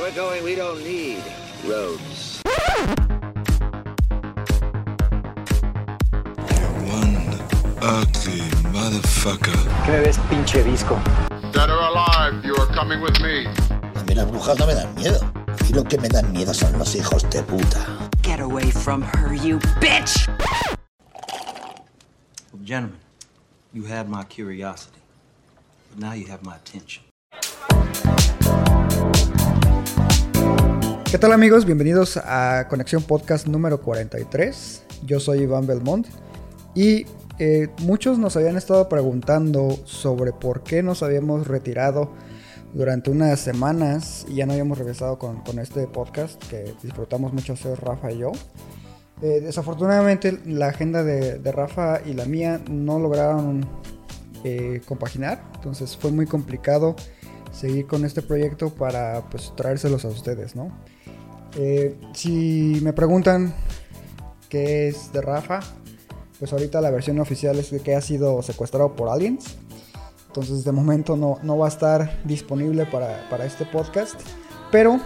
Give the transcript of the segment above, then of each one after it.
we're going, we don't need roads. One ugly motherfucker. ¿Qué me ves, pinche disco? Dead or alive, you are coming with me. A mí las brujas no me dan miedo. A mí lo que me dan miedo son los hijos de puta. Get away from her, you bitch! Well, gentlemen, you had my curiosity, but now you have my attention. ¿Qué tal, amigos? Bienvenidos a Conexión Podcast número 43. Yo soy Iván Belmont y muchos nos habían estado preguntando sobre por qué nos habíamos retirado durante unas semanas y ya no habíamos regresado con este podcast que disfrutamos mucho hacer Rafa y yo. Desafortunadamente la agenda de Rafa y la mía no lograron compaginar, entonces fue muy complicado seguir con este proyecto para pues traérselos a ustedes, ¿no? Si me preguntan qué es de Rafa, pues ahorita la versión oficial es que ha sido secuestrado por aliens. Entonces de momento no va a estar disponible para este podcast. Pero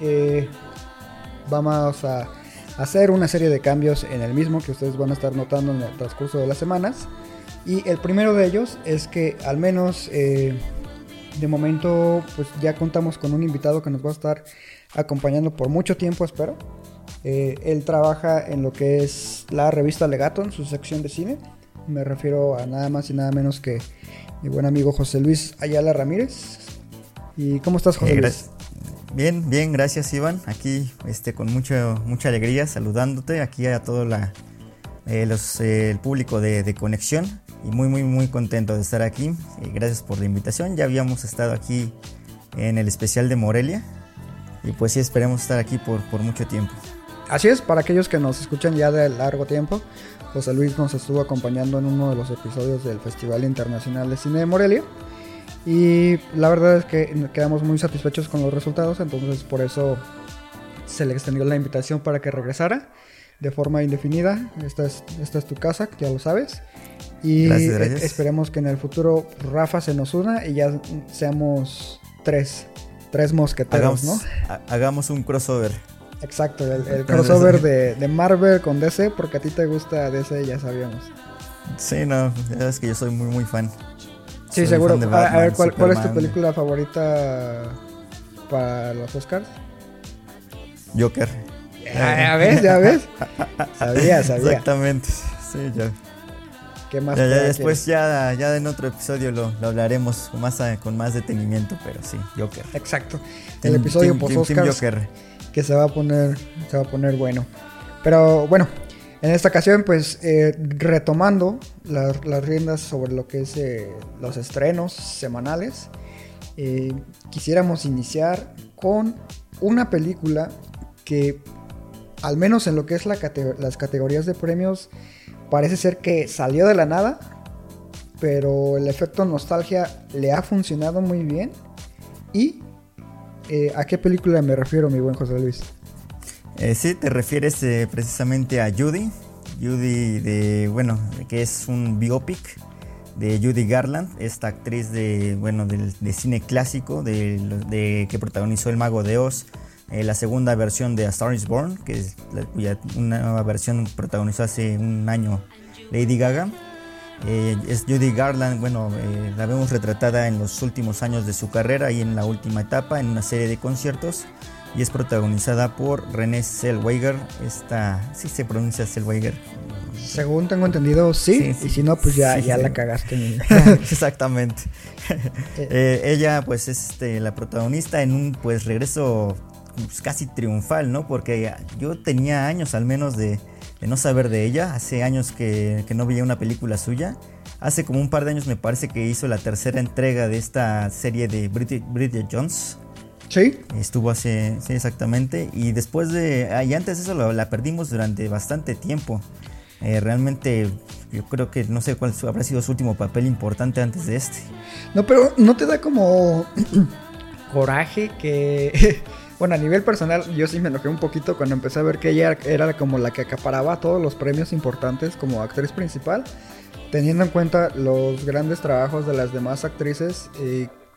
vamos a hacer una serie de cambios en el mismo que ustedes van a estar notando en el transcurso de las semanas. Y el primero de ellos es que al menos de momento pues ya contamos con un invitado que nos va a estar acompañando por mucho tiempo, espero. Él trabaja en lo que es la revista Legato, en su sección de cine. Me refiero a nada más y nada menos que mi buen amigo José Luis Ayala Ramírez. ¿Y cómo estás, José Luis? Bien, gracias, Iván. Aquí con mucha alegría saludándote aquí a todo el público de Conexión. Y muy contento de estar aquí. Gracias por la invitación. Ya habíamos estado aquí en el especial de Morelia. Y pues sí, esperemos estar aquí por mucho tiempo. Así es, para aquellos que nos escuchan ya de largo tiempo, José Luis nos estuvo acompañando en uno de los episodios del Festival Internacional de Cine de Morelia. Y la verdad es que quedamos muy satisfechos con los resultados, entonces por eso se le extendió la invitación para que regresara de forma indefinida. Esta es tu casa, ya lo sabes. Y gracias. Esperemos que en el futuro Rafa se nos una y ya seamos tres mosqueteros, ¿no? Hagamos un crossover. Exacto, el crossover de Marvel con DC, porque a ti te gusta DC, ya sabíamos. Sí, no, es que yo soy muy fan. Sí, soy seguro. Batman, a ver, ¿cuál es tu película favorita para los Oscars? Joker. ¿Ya ves? Sabía. Exactamente, sí, ya. ¿Qué más? Ya después ya en otro episodio lo hablaremos con más detenimiento, pero sí, Joker. Exacto. El episodio post Oscars que se va a poner bueno. Pero bueno, en esta ocasión pues retomando las riendas sobre lo que es los estrenos semanales, quisiéramos iniciar con una película que al menos en lo que es las categorías de premios parece ser que salió de la nada, pero el efecto nostalgia le ha funcionado muy bien. ¿Y a qué película me refiero, mi buen José Luis? Sí, te refieres precisamente a Judy, que es un biopic de Judy Garland, esta actriz de cine clásico que protagonizó El Mago de Oz. La segunda versión de A Star is Born, que es una nueva versión protagonizó hace un año Lady Gaga. Es Judy Garland, la vemos retratada en los últimos años de su carrera y en la última etapa en una serie de conciertos, y es protagonizada por Renée Zellweger. Sí se pronuncia Zellweger. Según tengo entendido, sí. Y si no, pues ya la cagaste. Exactamente. Ella pues es la protagonista en un regreso pues casi triunfal, ¿no? Porque yo tenía años al menos de no saber de ella. Hace años que no veía una película suya. Hace como un par de años me parece que hizo la tercera entrega de esta serie de Bridget Jones. Sí. Estuvo sí, exactamente. Y después y antes de eso la perdimos durante bastante tiempo. Realmente yo creo que no sé cuál habrá sido su último papel importante antes de este. No, pero ¿no te da como coraje que... Bueno, a nivel personal yo sí me enojé un poquito cuando empecé a ver que ella era como la que acaparaba todos los premios importantes como actriz principal, teniendo en cuenta los grandes trabajos de las demás actrices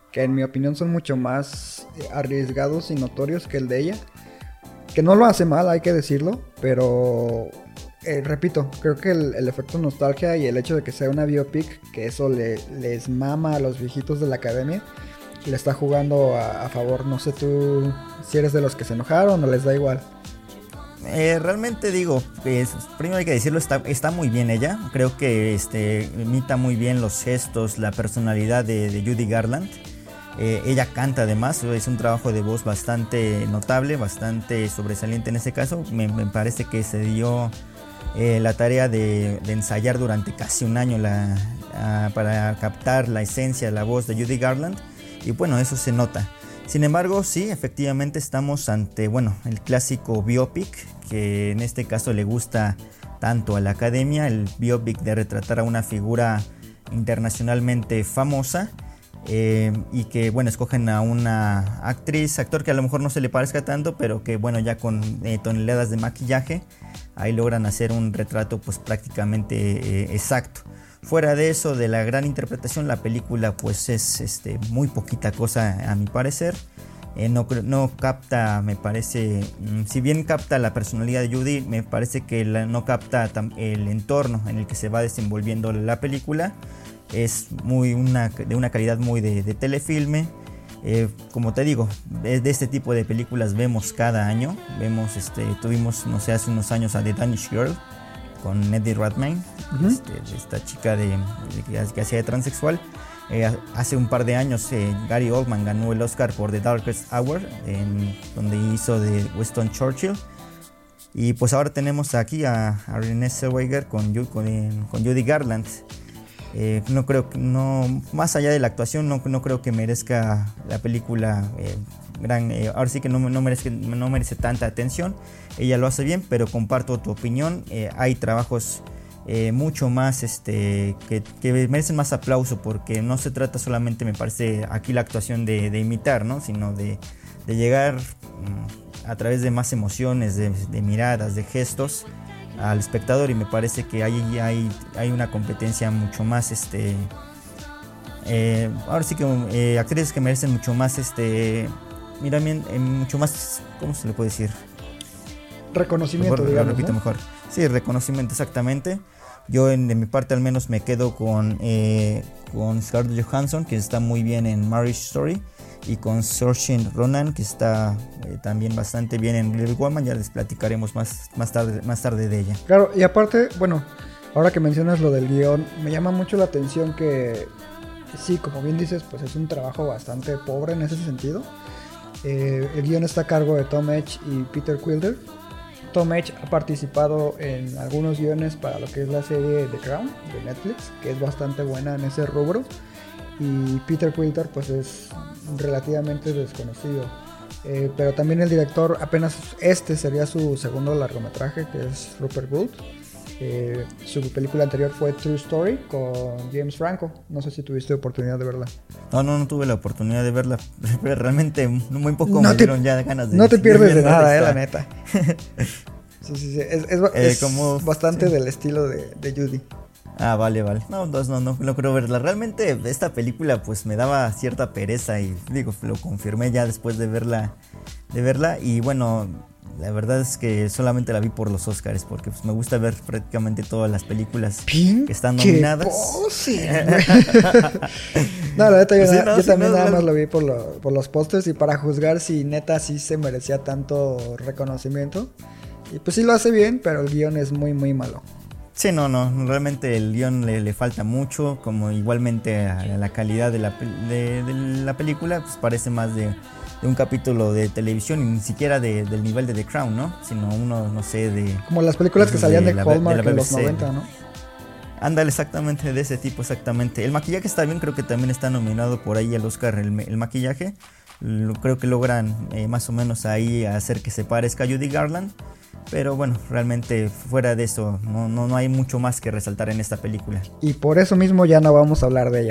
que en mi opinión son mucho más arriesgados y notorios que el de ella. Que no lo hace mal, hay que decirlo, pero repito, creo que el efecto nostalgia y el hecho de que sea una biopic, que eso les mama a los viejitos de la academia, le está jugando a favor. No sé tú si eres de los que se enojaron o les da igual. Realmente digo, primero hay que decirlo, está muy bien ella. Creo que imita muy bien los gestos, la personalidad de Judy Garland. Ella canta además, es un trabajo de voz bastante notable, bastante sobresaliente en ese caso. Me parece que se dio la tarea de ensayar durante casi un año para captar la esencia, la voz de Judy Garland. Y bueno, eso se nota. Sin embargo, sí, efectivamente estamos ante, el clásico biopic, que en este caso le gusta tanto a la academia, el biopic de retratar a una figura internacionalmente famosa, y que, escogen a una actor que a lo mejor no se le parezca tanto, pero que, ya con toneladas de maquillaje, ahí logran hacer un retrato pues prácticamente exacto. Fuera de eso, de la gran interpretación, la película pues es muy poquita cosa a mi parecer. No capta, me parece, si bien capta la personalidad de Judy, me parece que no capta el entorno en el que se va desenvolviendo la película. Es de una calidad muy de telefilme. Como te digo, de este tipo de películas vemos cada año. Tuvimos, hace unos años a The Danish Girl con Eddie Redmayne, esta chica que hacía de transexual. Hace un par de años Gary Oldman ganó el Oscar por The Darkest Hour, donde hizo de Winston Churchill. Y pues ahora tenemos aquí a Renée Zellweger con Judy Garland. Más allá de la actuación, no creo que merezca la película ahora sí que no merece tanta atención. Ella lo hace bien, pero comparto tu opinión. Hay trabajos mucho más que merecen más aplauso, porque no se trata solamente, me parece, aquí la actuación de imitar, ¿no? Sino de llegar a través de más emociones, de miradas, de gestos al espectador, y me parece que ahí hay una competencia mucho más ahora sí que actrices que merecen mucho más mucho más, ¿cómo se le puede decir? Reconocimiento, digamos, lo repito, ¿no? mejor. Sí, reconocimiento, exactamente. Yo de mi parte al menos me quedo con Scarlett Johansson, que está muy bien en Marriage Story, y con Saoirse Ronan, que está también bastante bien en Little Woman. Ya les platicaremos más tarde de ella. Claro, y aparte, ahora que mencionas lo del guión, me llama mucho la atención que sí, como bien dices, pues es un trabajo bastante pobre en ese sentido. El guión está a cargo de Tom Edge y Peter Quilter. Tom Edge ha participado en algunos guiones para lo que es la serie The Crown de Netflix, que es bastante buena en ese rubro. Y Peter Quilter pues es relativamente desconocido. Pero también el director, apenas sería su segundo largometraje, que es Rupert Gould. Su película anterior fue True Story con James Franco. No sé si tuviste oportunidad de verla. No tuve la oportunidad de verla. Pero realmente muy poco me dieron ya ganas de... No te pierdes de nada, la neta. Sí. Es como bastante del estilo de Judy. Ah, vale. No creo verla. Realmente esta película pues me daba cierta pereza, y digo, lo confirmé ya después de verla. Y la verdad es que solamente la vi por los Oscars, porque pues me gusta ver prácticamente todas las películas que están nominadas. No, la neta yo también nada más lo vi por los pósters, y para juzgar si neta sí se merecía tanto reconocimiento. Y pues sí lo hace bien, pero el guión es muy muy malo. Sí, no, realmente el guión le falta mucho, como igualmente a la calidad de la película, pues parece más de un capítulo de televisión, y ni siquiera del nivel de The Crown, ¿no? Sino uno, no sé, como las películas que salían de Hallmark en los 90, ¿no? Ándale, exactamente, de ese tipo, exactamente. El maquillaje está bien, creo que también está nominado por ahí al Oscar el maquillaje. Creo que logran más o menos ahí hacer que se parezca a Judy Garland. Pero realmente fuera de eso no hay mucho más que resaltar en esta película. Y por eso mismo ya no vamos a hablar de ella.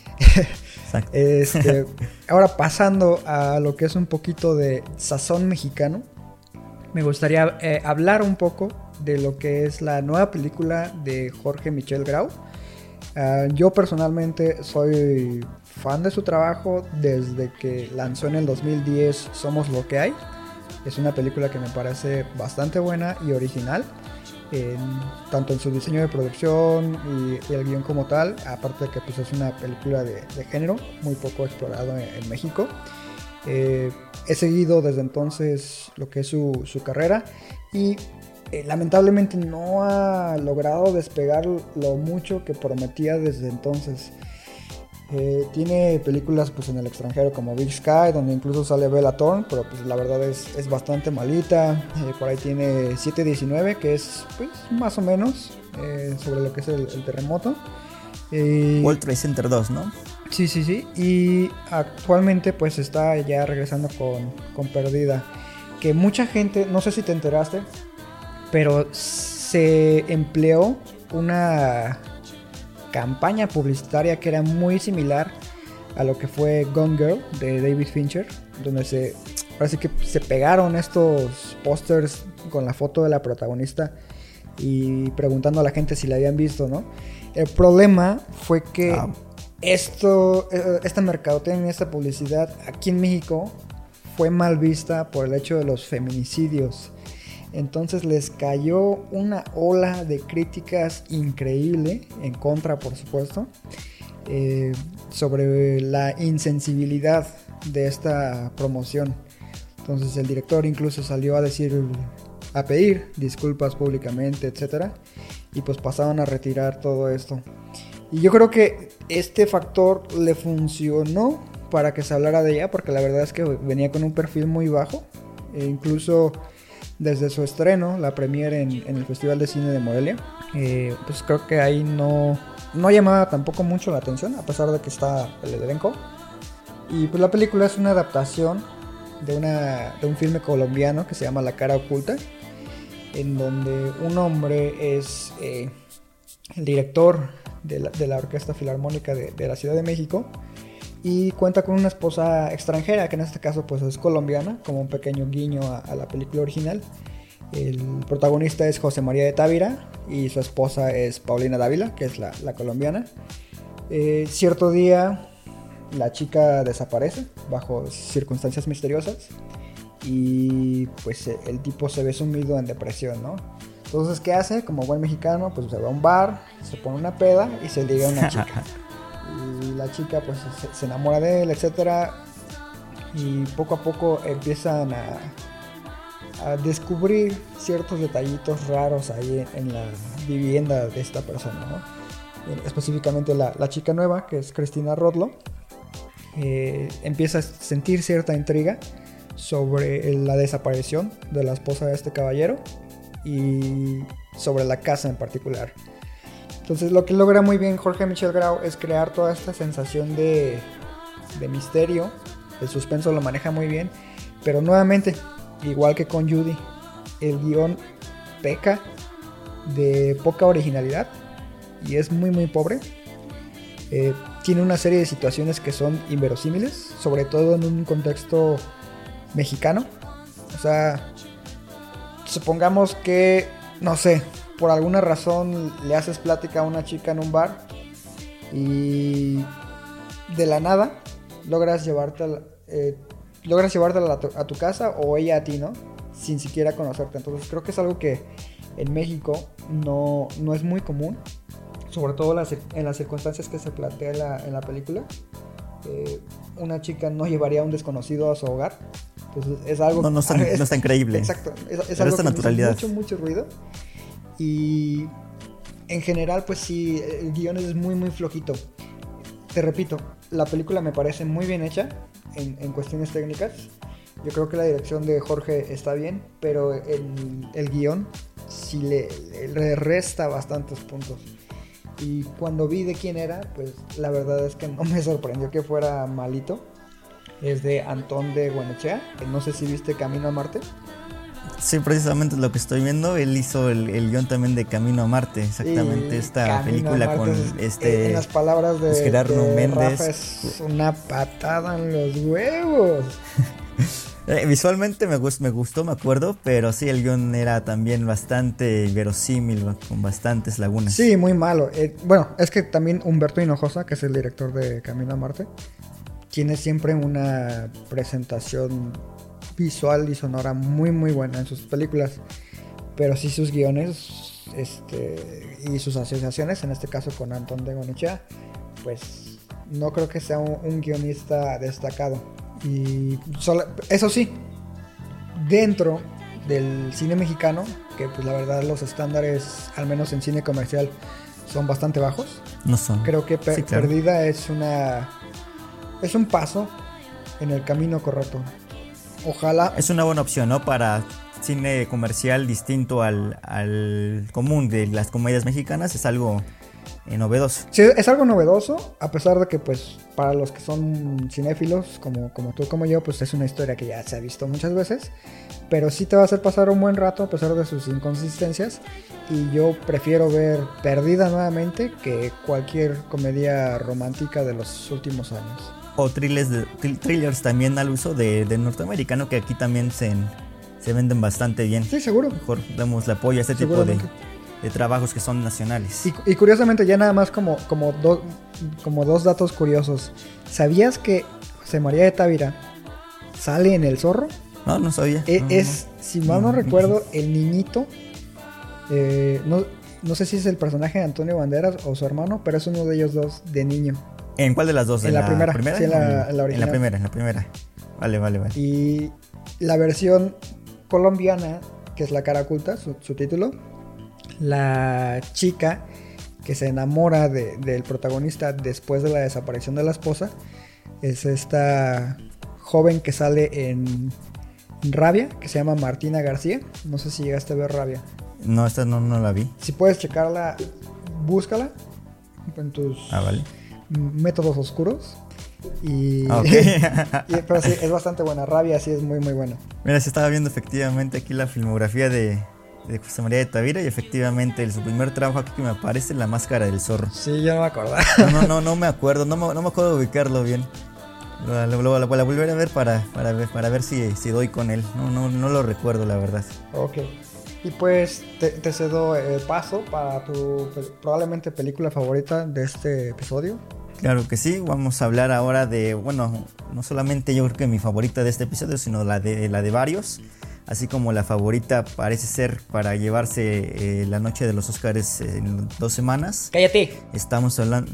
Ahora pasando a lo que es un poquito de sazón mexicano, me gustaría hablar un poco de lo que es la nueva película de Jorge Michel Grau. Yo personalmente soy fan de su trabajo desde que lanzó en el 2010 Somos lo que hay. Es una película que me parece bastante buena y original, tanto en su diseño de producción y el guión como tal, aparte de que pues, es una película de género muy poco explorado en México. He seguido desde entonces lo que es su carrera y lamentablemente no ha logrado despegar lo mucho que prometía desde entonces. Tiene películas pues en el extranjero como Big Sky, donde incluso sale Bella Thorne, pero pues la verdad es bastante malita. Por ahí tiene 719, que es pues más o menos sobre lo que es el terremoto. World Trade Center 2, ¿no? Sí. Y actualmente pues está ya regresando con Perdida, que mucha gente, no sé si te enteraste, pero se empleó una campaña publicitaria que era muy similar a lo que fue Gone Girl de David Fincher, donde parece que se pegaron estos pósters con la foto de la protagonista y preguntando a la gente si la habían visto, ¿no? El problema fue que esta mercadotecnia, esta publicidad aquí en México fue mal vista por el hecho de los feminicidios. Entonces les cayó una ola de críticas increíble, en contra por supuesto, sobre la insensibilidad de esta promoción. Entonces el director incluso salió a pedir disculpas públicamente, etcétera, y pues pasaron a retirar todo esto. Y yo creo que este factor le funcionó para que se hablara de ella, porque la verdad es que venía con un perfil muy bajo, e incluso desde su estreno, la premiere en el Festival de Cine de Morelia, pues creo que ahí no llamaba tampoco mucho la atención, a pesar de que está el elenco. Y pues la película es una adaptación de un filme colombiano que se llama La cara oculta, en donde un hombre es el director de la Orquesta Filarmónica de la Ciudad de México, y cuenta con una esposa extranjera, que en este caso pues es colombiana, como un pequeño guiño a la película original. El protagonista es José María de Távira y su esposa es Paulina Dávila, que es la colombiana. Cierto día la chica desaparece bajo circunstancias misteriosas y pues el tipo se ve sumido en depresión, ¿no? Entonces, ¿qué hace? Como buen mexicano, pues se va a un bar, se pone una peda y se liga a una chica. Y la chica pues se enamora de él, etcétera, y poco a poco empiezan a descubrir ciertos detallitos raros ahí en la vivienda de esta persona, ¿no? Específicamente la chica nueva, que es Cristina Rodlo, empieza a sentir cierta intriga sobre la desaparición de la esposa de este caballero y sobre la casa en particular. Entonces lo que logra muy bien Jorge Michel Grau es crear toda esta sensación de misterio. El suspenso lo maneja muy bien, pero nuevamente, igual que con Judy, el guión peca de poca originalidad y es muy muy pobre. Tiene una serie de situaciones que son inverosímiles, sobre todo en un contexto mexicano. O sea, supongamos que, no sé, por alguna razón le haces plática a una chica en un bar y de la nada logras llevártela a tu casa o ella a ti, ¿no? Sin siquiera conocerte. Entonces creo que es algo que en México no es muy común, sobre todo en las circunstancias que se plantea en la película. Una chica no llevaría a un desconocido a su hogar. Entonces es algo... No es tan creíble. Exacto. Es algo que naturalidad. Hace mucho ruido. Y en general, pues sí, el guión es muy, muy flojito. Te repito, la película me parece muy bien hecha en cuestiones técnicas. Yo creo que la dirección de Jorge está bien, pero el guión sí le resta bastantes puntos. Y cuando vi de quién era, pues la verdad es que no me sorprendió que fuera malito. Es de Antón de Guanechea. No sé si viste Camino a Marte. Sí, precisamente es lo que estoy viendo. Él hizo el guión también de Camino a Marte, exactamente. Y esta Camino película con en las palabras de Gerardo Méndez. Rafa, es una patada en los huevos. Visualmente me gustó, me acuerdo, pero sí, el guión era también bastante verosímil, con bastantes lagunas. Sí, muy malo. Bueno, es que también Humberto Hinojosa, que es el director de Camino a Marte, tiene siempre una presentación visual y sonora muy muy buena en sus películas, pero sí sus guiones y sus asociaciones, en este caso con Antón de Goicoechea, pues no creo que sea un guionista destacado. Y eso sí, dentro del cine mexicano, que pues la verdad los estándares, al menos en cine comercial, son bastante bajos. No son. Creo que Sí, claro. Perdida es un paso en el camino correcto. Ojalá. Es una buena opción, ¿no? Para cine comercial distinto al común de las comedias mexicanas, es algo novedoso. Sí, es algo novedoso, a pesar de que pues para los que son cinéfilos como tú, como yo, pues es una historia que ya se ha visto muchas veces, pero sí te va a hacer pasar un buen rato a pesar de sus inconsistencias, y yo prefiero ver Perdida nuevamente que cualquier comedia romántica de los últimos años. O thrillers también al uso de Norteamérica, ¿no? Que aquí también se venden bastante bien. Sí, seguro. Mejor damos el apoyo a este tipo de trabajos que son nacionales. Y curiosamente, ya nada más como dos datos curiosos. ¿Sabías que José María de Tavira sale en El Zorro? No sabía. Si mal no recuerdo, el niñito. No sé si es el personaje de Antonio Banderas o su hermano, pero es uno de ellos dos de niño. ¿En cuál de las dos? En la primera. Sí, en la original. En la primera. Vale. Y la versión colombiana, que es La cara oculta, su título, la chica que se enamora del protagonista después de la desaparición de la esposa es esta joven que sale en Rabia, que se llama Martina García. No sé si llegaste a ver Rabia. No, esta no la vi. Si puedes checarla, búscala en tus métodos oscuros. Pero sí, es bastante buena. Rabia sí es muy muy buena. Mira, se estaba viendo efectivamente aquí la filmografía de José María de Tavira, y efectivamente su primer trabajo aquí que me aparece es La máscara del zorro. Sí, yo no me acordaba. No me acuerdo, no me acuerdo de ubicarlo bien. La volveré a ver para ver si doy con él. No lo recuerdo, la verdad. Ok. Y pues te cedo el paso para tu probablemente película favorita de este episodio. Claro que sí, vamos a hablar ahora de, bueno, no solamente yo creo que mi favorita de este episodio, sino la de varios, así como la favorita parece ser para llevarse la noche de los Oscars en 2 semanas. ¡Cállate! Estamos hablando...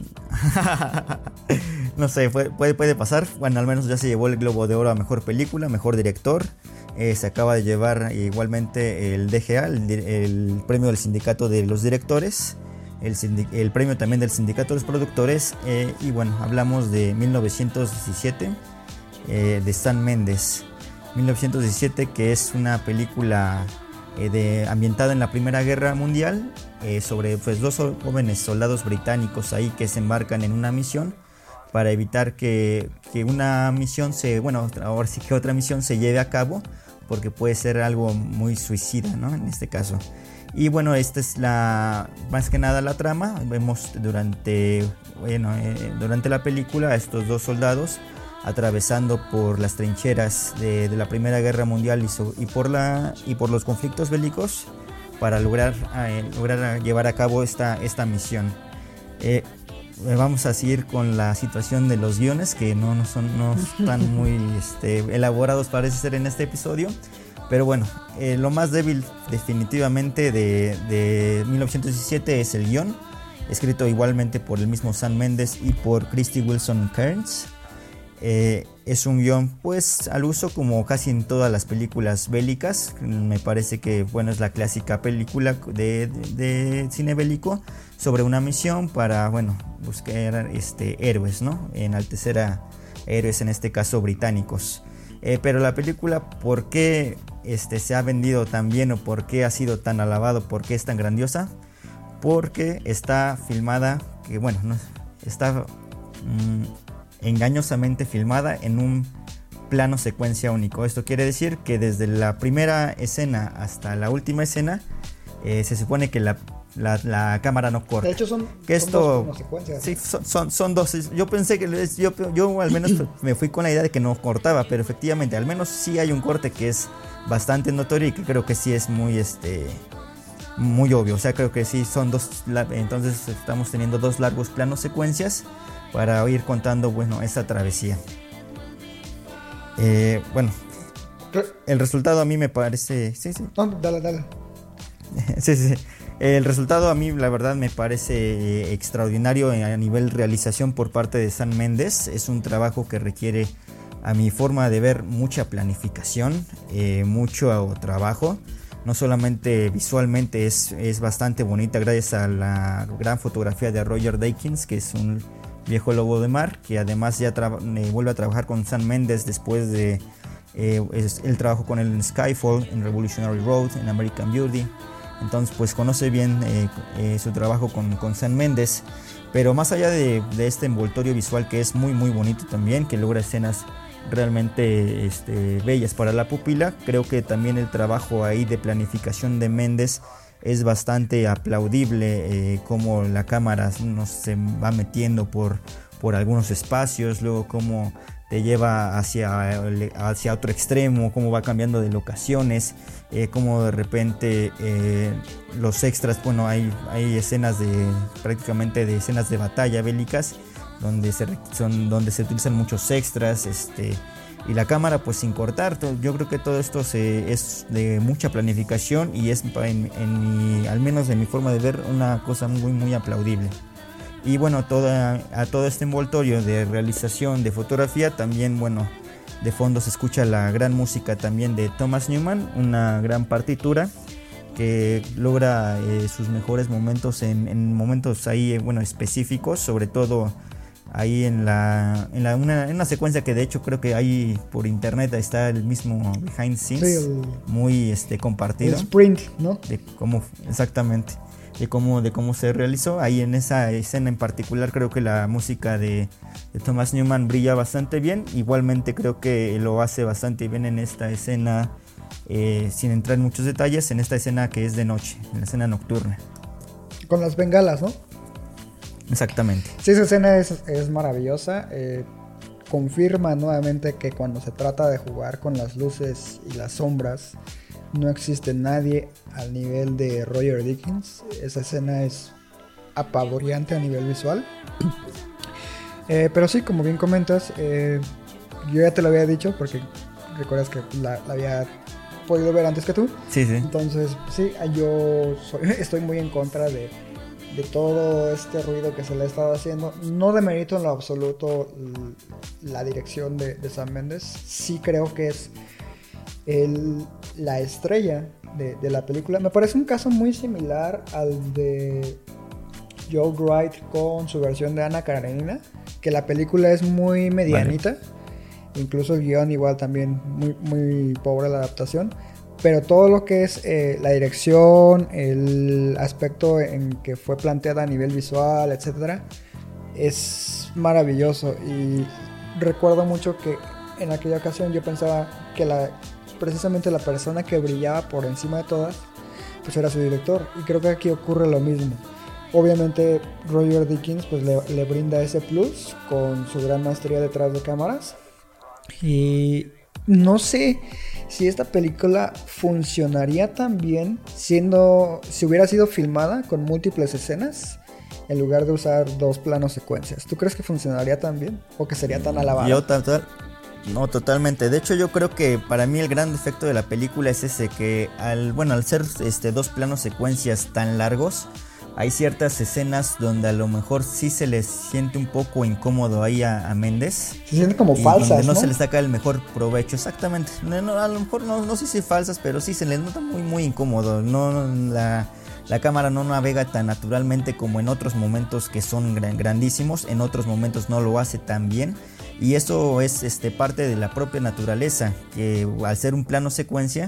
No sé, puede pasar. Bueno, al menos ya se llevó el Globo de Oro a Mejor Película, Mejor Director. Se acaba de llevar igualmente el DGA, el premio del Sindicato de los Directores, el premio también del Sindicato de los Productores, y bueno, hablamos de 1917, de Sam Mendes. 1917, que es una película ambientada en la Primera Guerra Mundial, sobre pues 2 jóvenes soldados británicos ahí que se embarcan en una misión para evitar que una misión ahora sí que otra misión se lleve a cabo, porque puede ser algo muy suicida, ¿no? En este caso. Y bueno, esta es más que nada la trama. Vemos durante la película a estos 2 soldados atravesando por las trincheras de la Primera Guerra Mundial y por los conflictos bélicos para lograr llevar a cabo esta misión. Vamos a seguir con la situación de los guiones, que no están muy elaborados, parece ser, en este episodio. Pero bueno, lo más débil definitivamente de 1917 es el guión, escrito igualmente por el mismo Sam Mendes y por Krysty Wilson Cairns. Es un guión pues al uso como casi en todas las películas bélicas. Me parece que bueno, es la clásica película de cine bélico sobre una misión para buscar héroes, ¿no? Enaltecer a héroes, en este caso británicos. Pero la película, ¿por qué se ha vendido tan bien o por qué ha sido tan alabado, por qué es tan grandiosa? Porque está filmada, está engañosamente filmada en un plano secuencia único. Esto quiere decir que desde la primera escena hasta la última escena se supone que la cámara no corta. De hecho son dos secuencias. Sí, son dos. Yo pensé que yo al menos me fui con la idea de que no cortaba, pero efectivamente al menos sí hay un corte que es bastante notorio y que creo que sí es muy muy obvio. O sea, creo que sí son dos. Entonces estamos teniendo dos largos planos secuencias para ir contando, bueno, esta travesía. Bueno, el resultado a mí me parece... Sí. No, dale. Sí. El resultado a mí la verdad me parece extraordinario a nivel realización por parte de Sam Mendes. Es un trabajo que requiere, a mi forma de ver, mucha planificación, mucho trabajo. No solamente visualmente es bastante bonita gracias a la gran fotografía de Roger Deakins, que es un viejo lobo de mar, que además ya vuelve a trabajar con Sam Mendes después de el trabajo con él en Skyfall, en Revolutionary Road, en American Beauty. Entonces pues conoce bien su trabajo con Sam Mendes. Pero más allá de este envoltorio visual que es muy muy bonito también, que logra escenas realmente bellas para la pupila, creo que también el trabajo ahí de planificación de Mendes es bastante aplaudible, como la cámara se va metiendo por algunos espacios, luego cómo te lleva hacia otro extremo, cómo va cambiando de locaciones, cómo de repente los extras, bueno, hay escenas prácticamente de escenas de batalla bélicas donde se utilizan muchos extras, y la cámara pues sin cortar. Yo creo que todo esto es de mucha planificación y es al menos de mi forma de ver una cosa muy muy aplaudible. Y bueno, a todo este envoltorio de realización de fotografía también, bueno, de fondo se escucha la gran música también de Thomas Newman, una gran partitura que logra sus mejores momentos en momentos ahí, bueno, específicos, sobre todo ahí en una secuencia que de hecho creo que ahí por internet está el mismo behind scenes, sí, muy compartido. El sprint, ¿no? Exactamente. De cómo se realizó. Ahí en esa escena en particular creo que la música de Thomas Newman brilla bastante bien. Igualmente creo que lo hace bastante bien en esta escena, sin entrar en muchos detalles, en esta escena que es de noche, en la escena nocturna. Con las bengalas, ¿no? Exactamente. Sí, esa escena es maravillosa. Confirma nuevamente que cuando se trata de jugar con las luces y las sombras, no existe nadie al nivel de Roger Deakins. Esa escena es apabullante a nivel visual. Pero sí, como bien comentas, yo ya te lo había dicho porque recuerdas que la había podido ver antes que tú. Sí. Entonces, sí, yo estoy muy en contra de todo este ruido que se le ha estado haciendo. No demerito en lo absoluto la dirección de Sam Mendes. Sí creo que es la estrella de la película. Me parece un caso muy similar al de Joe Wright con su versión de Ana Karenina, que la película es muy medianita, vale. Incluso el guión igual también muy, muy pobre la adaptación, pero todo lo que es la dirección, el aspecto en que fue planteada a nivel visual, etcétera, es maravilloso. Y recuerdo mucho que en aquella ocasión yo pensaba que precisamente la persona que brillaba por encima de todas pues era su director, y creo que aquí ocurre lo mismo. Obviamente Roger Deakins pues le brinda ese plus con su gran maestría detrás de cámaras, y no sé si esta película funcionaría tan bien si hubiera sido filmada con múltiples escenas en lugar de usar dos planos secuencias. ¿Tú crees que funcionaría tan bien o que sería tan alabada? No, totalmente. De hecho, yo creo que para mí el gran defecto de la película es ese, que al ser dos planos secuencias tan largos, hay ciertas escenas donde a lo mejor sí se les siente un poco incómodo ahí a Mendes. Se sienten como falsas, donde no se les saca el mejor provecho. Exactamente. No, a lo mejor no sé si falsas, pero sí se les nota muy muy incómodo. La cámara no navega tan naturalmente como en otros momentos que son grandísimos. En otros momentos no lo hace tan bien. Y eso es parte de la propia naturaleza, que al ser un plano secuencia,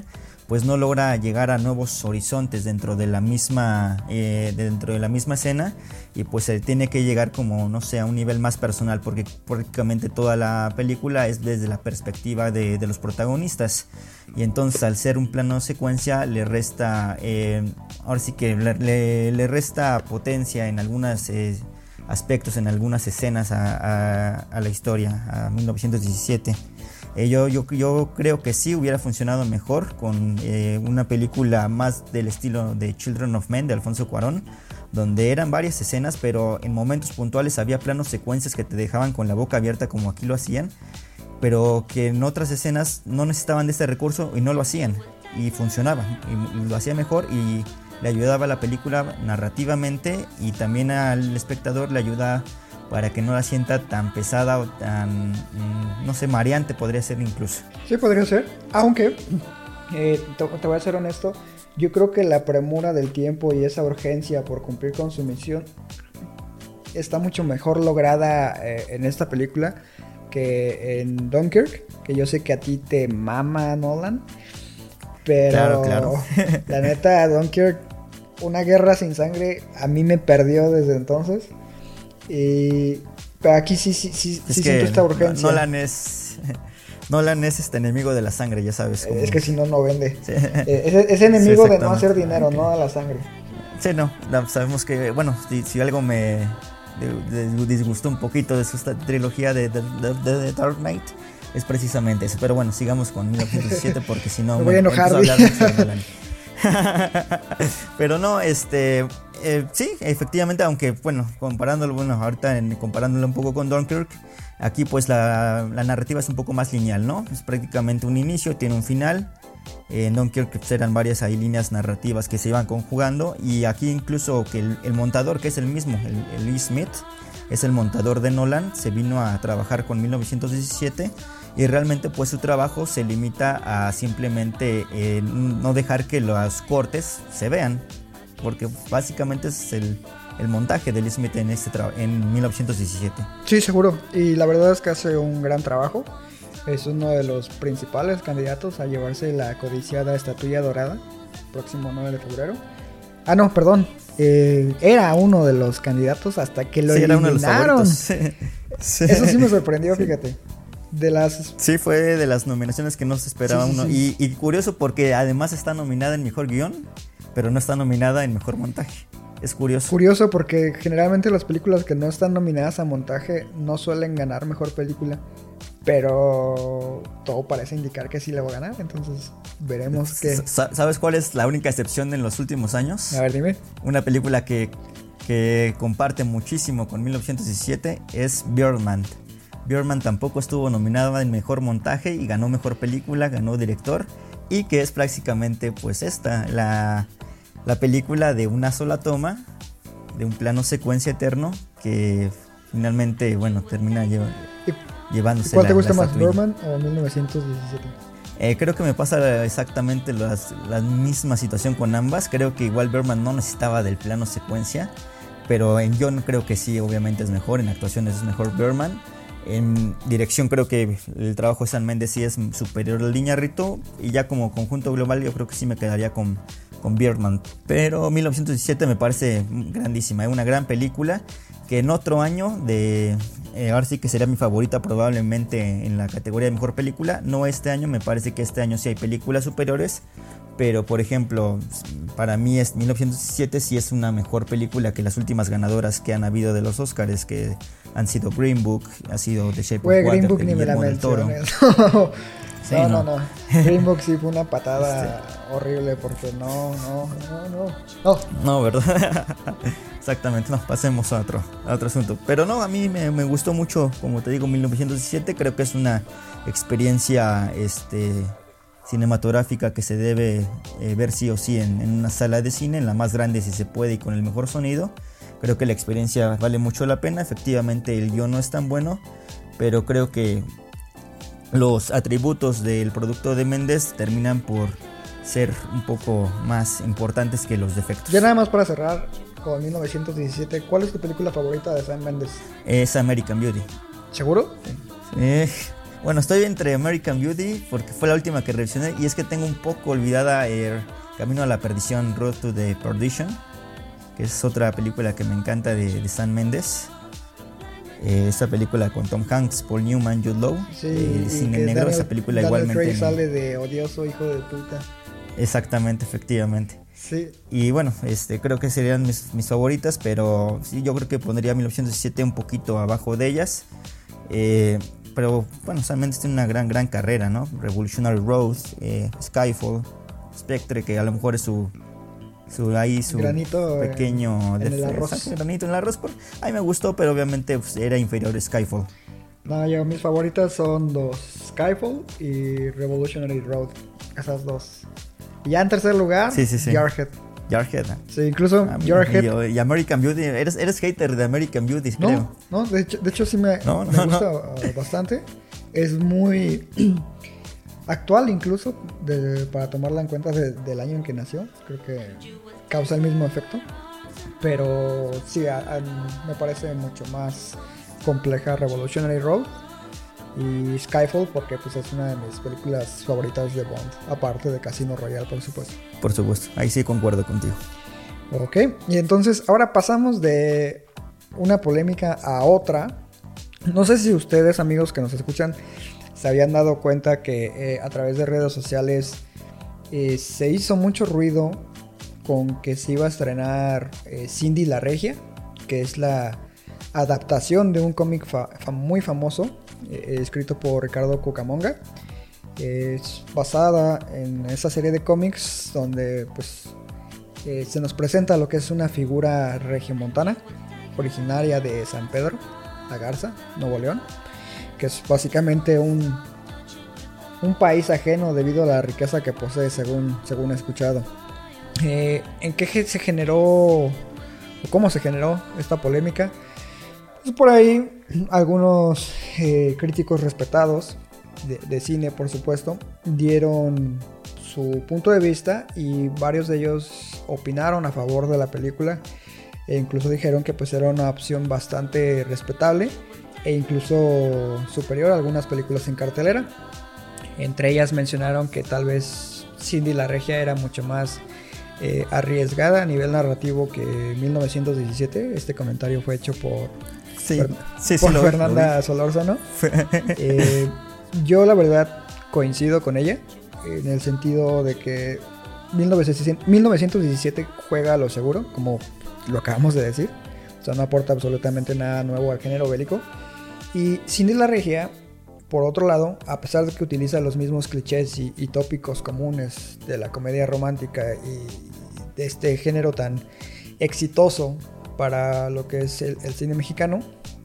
pues no logra llegar a nuevos horizontes dentro de la misma escena, y pues se tiene que llegar como, no sé, a un nivel más personal, porque prácticamente toda la película es desde la perspectiva de los protagonistas, y entonces al ser un plano secuencia le resta, ahora sí que le resta potencia en algunos aspectos, en algunas escenas a la historia, a 1917. Yo creo que sí hubiera funcionado mejor con una película más del estilo de Children of Men de Alfonso Cuarón, donde eran varias escenas, pero en momentos puntuales había planos secuencias que te dejaban con la boca abierta como aquí lo hacían, pero que en otras escenas no necesitaban de este recurso y no lo hacían, y funcionaba, y lo hacía mejor, y le ayudaba a la película narrativamente, y también al espectador le ayuda para que no la sienta tan pesada o tan, no sé, mareante podría ser incluso. Sí, podría ser, aunque te voy a ser honesto, yo creo que la premura del tiempo y esa urgencia por cumplir con su misión está mucho mejor lograda en esta película que en Dunkirk, que yo sé que a ti te mama Nolan, pero claro. La neta, Dunkirk, una guerra sin sangre, a mí me perdió desde entonces. Pero aquí sí siento esta urgencia. Nolan es enemigo de la sangre, ya sabes. Es que si no vende. Sí. Es enemigo de no hacer dinero, no de la sangre. Sí, no, sabemos que, bueno, si algo me disgustó un poquito de esta trilogía de The Dark Knight, es precisamente eso. Pero bueno, sigamos con 1917 porque si no me voy a enojar. Pero no, sí, efectivamente, aunque bueno, comparándolo un poco con Dunkirk, aquí pues la narrativa es un poco más lineal, ¿no? Es prácticamente un inicio, tiene un final. En Dunkirk pues, eran varias ahí líneas narrativas que se iban conjugando, y aquí incluso que el montador, que es el mismo, el Lee Smith, es el montador de Nolan, se vino a trabajar con 1917. Y realmente pues su trabajo se limita a simplemente no dejar que los cortes se vean, porque básicamente es el montaje de Lee Smith en 1917. Sí, seguro, y la verdad es que hace un gran trabajo. Es uno de los principales candidatos a llevarse la codiciada estatuilla dorada próximo 9 de febrero. Ah, no, perdón, era uno de los candidatos hasta que lo eliminaron. Sí. Eso sí me sorprendió, fíjate. Sí, fue de las nominaciones que no se esperaba uno. Sí. Y curioso porque además está nominada en mejor guión, pero no está nominada en mejor montaje. Es curioso. Curioso porque generalmente las películas que no están nominadas a montaje no suelen ganar mejor película, pero todo parece indicar que sí le va a ganar, entonces veremos qué. ¿Sabes cuál es la única excepción en los últimos años? A ver, dime. Una película que comparte muchísimo con 1917 es Birdman. Birdman tampoco estuvo nominada en mejor montaje y ganó mejor película, ganó director, y que es prácticamente pues la película de una sola toma, de un plano secuencia eterno, que finalmente, bueno, termina llevándose. ¿Cuál te gusta más, Birdman o 1917? Creo que me pasa exactamente la misma situación con ambas. Creo que igual Birdman no necesitaba del plano secuencia, pero en guión creo que sí, obviamente es mejor, en actuaciones es mejor Birdman. En dirección creo que el trabajo de Sam Mendes sí es superior al de Iñárritu, y ya como conjunto global yo creo que sí me quedaría con Birdman. Pero 1917 me parece grandísima, es una gran película que en otro año ahora sí que sería mi favorita probablemente en la categoría de mejor película. No este año, me parece que este año sí hay películas superiores, pero por ejemplo para mí 1917 sí es una mejor película que las últimas ganadoras que han habido de los Oscars, que han sido Green Book, ha sido The Shape of Water, Green Book ni me la menciones. Sí, no. Green Book sí fue una patada horrible porque no, ¿verdad? Exactamente, no, pasemos a otro asunto. Pero no, a mí me gustó mucho, como te digo, 1917, creo que es una experiencia cinematográfica que se debe ver sí o sí en una sala de cine, en la más grande si se puede y con el mejor sonido. Creo que la experiencia vale mucho la pena. Efectivamente el guión no es tan bueno, pero creo que los atributos del producto de Mendes terminan por ser un poco más importantes que los defectos. Ya nada más para cerrar con 1917, ¿cuál es tu película favorita de Sam Mendes? Es American Beauty. ¿Seguro? Sí. Bueno, estoy entre American Beauty porque fue la última que revisioné y es que tengo un poco olvidada Camino a la Perdición, Road to the Perdition, que es otra película que me encanta de Sam Mendes. Esta película con Tom Hanks, Paul Newman, Jude Law, sí, Cine Negro, esa película igualmente. Craig sale de odioso hijo de puta. Exactamente, efectivamente. Sí. Y bueno, creo que serían mis favoritas, pero sí, yo creo que pondría 1917 un poquito abajo de ellas. Pero bueno, Sam Mendes tiene una gran carrera, ¿no? Revolutionary Road, Skyfall, Spectre, que a lo mejor es su granito pequeño en el arroz. Granito en el arroz. A mí me gustó, pero obviamente pues, era inferior a Skyfall. No, mis favoritas son dos, Skyfall y Revolutionary Road, esas dos. Y ya en tercer lugar, sí. Jarhead. Jarhead. Sí, incluso Jarhead. Y American Beauty, eres hater de American Beauty, creo. No, de hecho sí me gusta bastante. Es muy actual incluso, para tomarla en cuenta del año en que nació. Creo que causa el mismo efecto. Pero sí, me parece mucho más compleja Revolutionary Road. Y Skyfall porque pues es una de mis películas favoritas de Bond, aparte de Casino Royale, por supuesto. Por supuesto, ahí sí concuerdo contigo. Ok, y entonces ahora pasamos de una polémica a otra. No sé si ustedes, amigos que nos escuchan, se habían dado cuenta que a través de redes sociales se hizo mucho ruido con que se iba a estrenar Cindy la Regia, que es la adaptación de un cómic muy famoso, escrito por Ricardo Cucamonga. Es basada en esa serie de cómics donde pues se nos presenta lo que es una figura regiomontana originaria de San Pedro La Garza, Nuevo León, que es básicamente un país ajeno debido a la riqueza que posee, según he escuchado. ¿En qué se generó o cómo se generó esta polémica? Pues por ahí algunos críticos respetados de cine, por supuesto, dieron su punto de vista y varios de ellos opinaron a favor de la película e incluso dijeron que pues era una opción bastante respetable e incluso superior a algunas películas en cartelera. Entre ellas mencionaron que tal vez Cindy la Regia era mucho más arriesgada a nivel narrativo que 1917. Este comentario fue hecho por Fernanda Solórzano. Yo la verdad coincido con ella en el sentido de que 1917 juega a lo seguro, como lo acabamos de decir. O sea, no aporta absolutamente nada nuevo al género bélico. Y Cindy la Regia, por otro lado, a pesar de que utiliza los mismos clichés y tópicos comunes de la comedia romántica y de este género tan exitoso para lo que es el cine mexicano,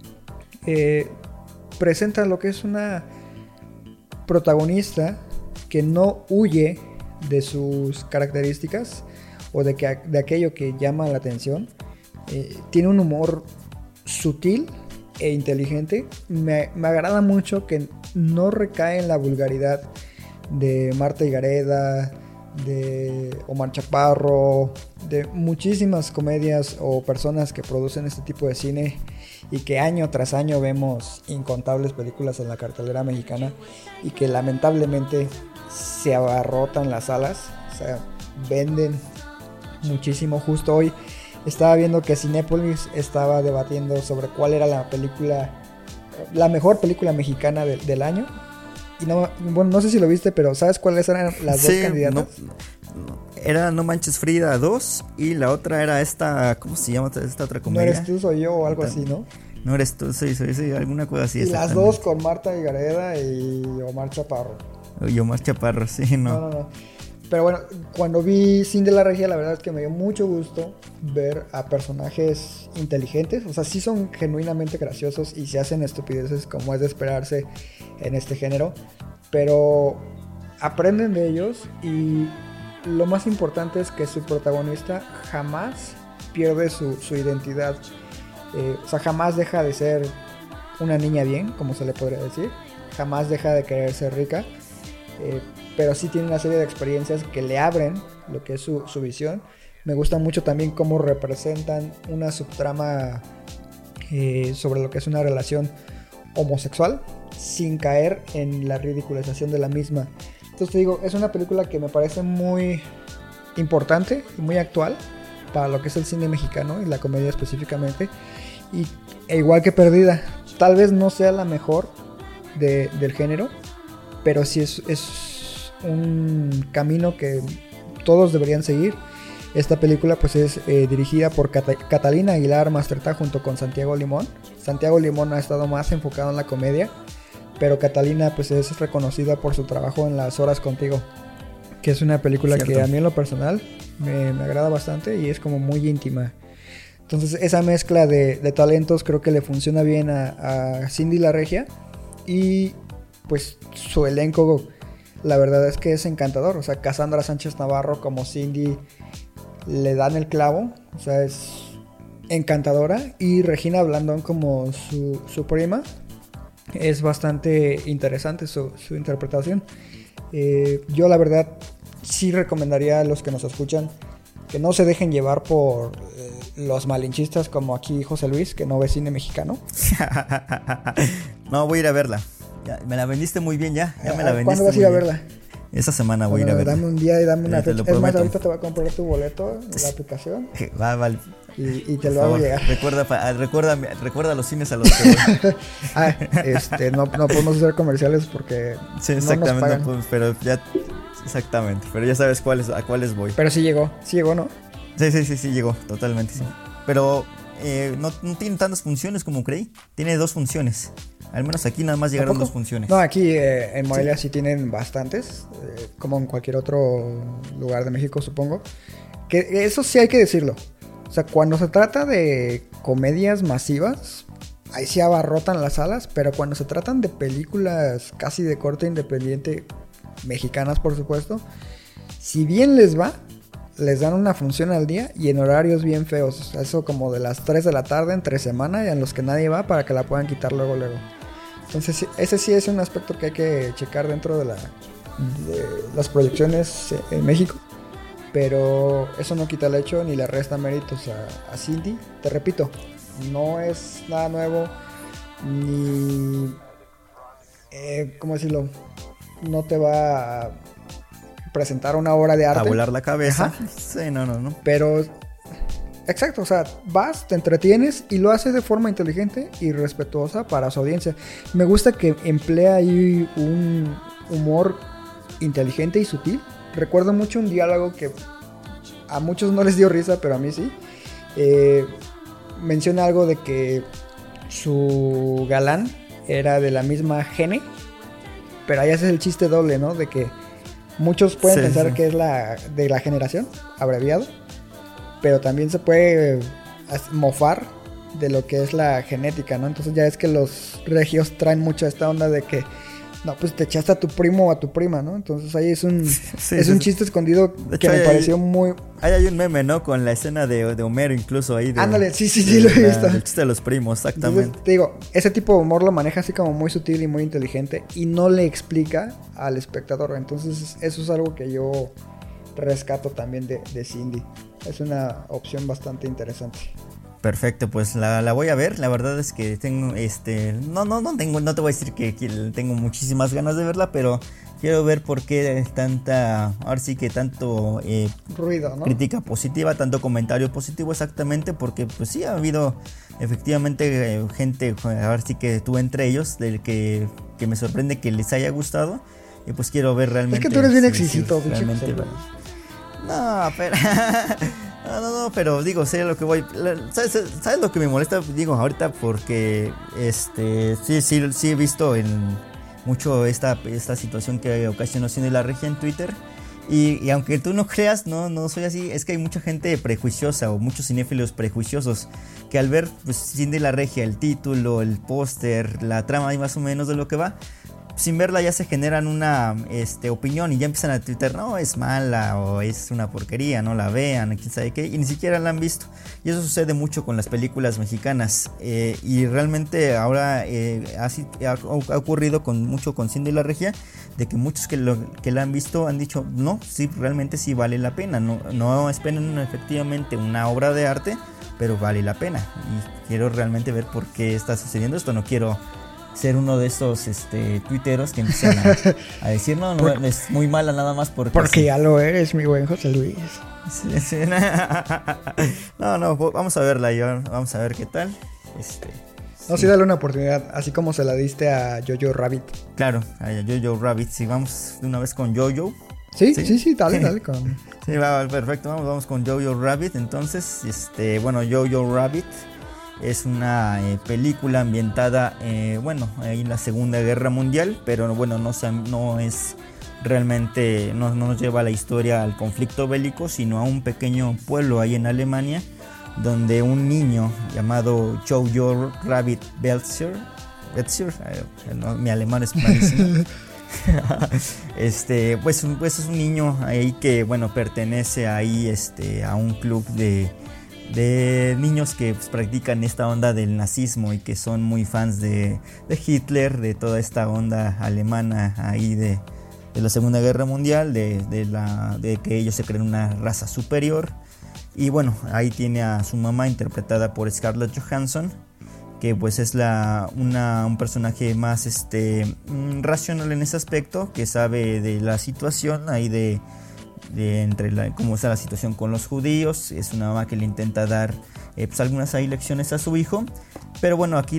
presenta lo que es una protagonista que no huye de sus características o de aquello que llama la atención. Tiene un humor sutil e inteligente. Me agrada mucho que no recae en la vulgaridad de Marta Higareda, de Omar Chaparro, de muchísimas comedias o personas que producen este tipo de cine y que año tras año vemos incontables películas en la cartelera mexicana y que lamentablemente se abarrotan las salas, o sea, venden muchísimo. Justo hoy estaba viendo que Cinépolis estaba debatiendo sobre cuál era la mejor película mexicana del año. Y no sé si lo viste, pero ¿sabes cuáles eran las dos candidatas? Era No Manches Frida 2 y la otra era esta, ¿cómo se llama esta otra comedia? No eres tú, soy yo o algo así, ¿no? No eres tú, soy alguna cosa así. Y las dos con Marta Higareda y Omar Chaparro. Y Omar Chaparro, sí, no. No. Pero bueno, cuando vi Cindy la Regia, la verdad es que me dio mucho gusto ver a personajes inteligentes. O sea, sí son genuinamente graciosos y se hacen estupideces como es de esperarse en este género. Pero aprenden de ellos y lo más importante es que su protagonista jamás pierde su identidad. O sea, jamás deja de ser una niña bien, como se le podría decir. Jamás deja de querer ser rica. Pero sí tiene una serie de experiencias que le abren lo que es su visión. Me gusta mucho también cómo representan una subtrama sobre lo que es una relación homosexual sin caer en la ridiculización de la misma. Entonces te digo, es una película que me parece muy importante y muy actual para lo que es el cine mexicano y la comedia específicamente, e igual que Perdida, tal vez no sea la mejor del género, pero sí es un camino que todos deberían seguir. Esta película pues es dirigida por Catalina Aguilar Masterta junto con Santiago Limón. Santiago Limón ha estado más enfocado en la comedia, pero Catalina pues es reconocida por su trabajo en Las Horas Contigo, que es una película que a mí en lo personal me agrada bastante y es como muy íntima. Entonces esa mezcla de talentos creo que le funciona bien a Cindy la Regia, y pues su elenco la verdad es que es encantador. O sea, Cassandra Sánchez Navarro como Cindy le dan el clavo, o sea, es encantadora, y Regina Blandón como su prima es bastante interesante su interpretación. Yo la verdad sí recomendaría a los que nos escuchan que no se dejen llevar por los malinchistas como aquí José Luis, que no ve cine mexicano. No, voy a ir a verla. Ya, me la vendiste muy bien, ya me la vendiste. ¿Cuándo vas a ir a verla? Esa semana voy a ir a verla. Dame un día y dame una fecha. Es más, ahorita te voy a comprar tu boleto en la aplicación. Vale. Y te lo hago llegar. Recuerda los cines a los que voy. No podemos hacer comerciales porque sí, exactamente, no nos pagan. Exactamente, pero ya sabes a cuáles voy. Pero sí llegó, ¿no? Sí, llegó, totalmente, sí. Pero no tiene tantas funciones como creí. Tiene 2 funciones. Al menos aquí nada más llegaron 2 funciones. No, aquí en Morelia sí tienen bastantes, como en cualquier otro lugar de México, supongo. Que eso sí hay que decirlo. O sea, cuando se trata de comedias masivas, ahí sí abarrotan las salas, pero cuando se tratan de películas casi de corte independiente, mexicanas por supuesto, si bien les va, les dan una función al día y en horarios bien feos. O sea, eso como de las 3 de la tarde entre semana, y en los que nadie va para que la puedan quitar luego. Entonces ese sí es un aspecto que hay que checar dentro de las proyecciones en México. Pero eso no quita el hecho ni le resta méritos a Cindy. Te repito, no es nada nuevo, ni... ¿cómo decirlo? No te va a presentar una obra de arte. A volar la cabeza. Ajá. Sí, no. Pero, exacto, o sea, vas, te entretienes y lo hace de forma inteligente y respetuosa para su audiencia. Me gusta que emplea ahí un humor inteligente y sutil. Recuerdo mucho un diálogo que a muchos no les dio risa, pero a mí sí. Menciona algo de que su galán era de la misma gene, pero ahí hace el chiste doble, ¿no? De que muchos pueden pensar que es de la generación, abreviado, pero también se puede mofar de lo que es la genética, ¿no? Entonces ya es que los regios traen mucho esta onda de que no, pues te echaste a tu primo o a tu prima, ¿no? Entonces ahí es un chiste escondido que me pareció muy... Hay un meme, ¿no? Con la escena de Homero incluso ahí. Ándale, sí, lo he visto. El chiste de los primos, exactamente. Entonces, te digo, ese tipo de humor lo maneja así como muy sutil y muy inteligente y no le explica al espectador. Entonces eso es algo que yo rescato también de Cindy. Es una opción bastante interesante. Perfecto, pues la voy a ver. La verdad es que tengo no te voy a decir que tengo muchísimas ganas de verla, pero quiero ver por qué ahora sí que tanto ruido, ¿no? Crítica positiva, tanto comentario positivo, exactamente, porque pues sí ha habido efectivamente gente, ahora sí que tú entre ellos, del que me sorprende que les haya gustado, y pues quiero ver realmente. Es que tú eres bien exquisito, realmente. No, pero no, pero digo, sé lo que voy. ¿Sabes lo que me molesta? Digo, ahorita porque sí he visto mucho esta situación que ocasionó Cindy la Regia en Twitter. Y aunque tú no creas, no soy así. Es que hay mucha gente prejuiciosa o muchos cinéfilos prejuiciosos que al ver pues, Cindy la Regia, el título, el póster, la trama y más o menos de lo que va, sin verla ya se generan una opinión y ya empiezan a Twitter, no, es mala o es una porquería, no la vean, quién sabe qué, y ni siquiera la han visto. Y eso sucede mucho con las películas mexicanas, y realmente ahora ha ocurrido mucho con Cindy la Regia, de que muchos que la han visto han dicho, no, sí, realmente sí vale la pena, no esperen efectivamente una obra de arte, pero vale la pena, y quiero realmente ver por qué está sucediendo esto. No quiero ser uno de estos tuiteros que empiezan a decir no, es muy mala nada más porque sí. Ya lo eres, mi buen José Luis. Sí. No, vamos a verla, Iván, vamos a ver qué tal. No, sí, dale una oportunidad, así como se la diste a Jojo Rabbit. Claro, a Jojo Rabbit, sí, vamos de una vez con Jojo. Sí, dale con... Sí, va, perfecto, vamos con Jojo Rabbit. Entonces, bueno, Jojo Rabbit es una película ambientada, ahí en la Segunda Guerra Mundial, pero bueno, no es realmente, no nos lleva la historia al conflicto bélico, sino a un pequeño pueblo ahí en Alemania, donde un niño llamado Jojo Rabbit Belzer, mi alemán es malísimo. Pues es un niño ahí que bueno pertenece ahí a un club de niños que pues, practican esta onda del nazismo y que son muy fans de Hitler, de toda esta onda alemana ahí de la Segunda Guerra Mundial, de que ellos se creen una raza superior. Y bueno, ahí tiene a su mamá interpretada por Scarlett Johansson, que pues es un personaje más racional en ese aspecto, que sabe de la situación ahí de cómo está la situación con los judíos. Es una mamá que le intenta dar pues algunas ahí lecciones a su hijo, pero bueno, aquí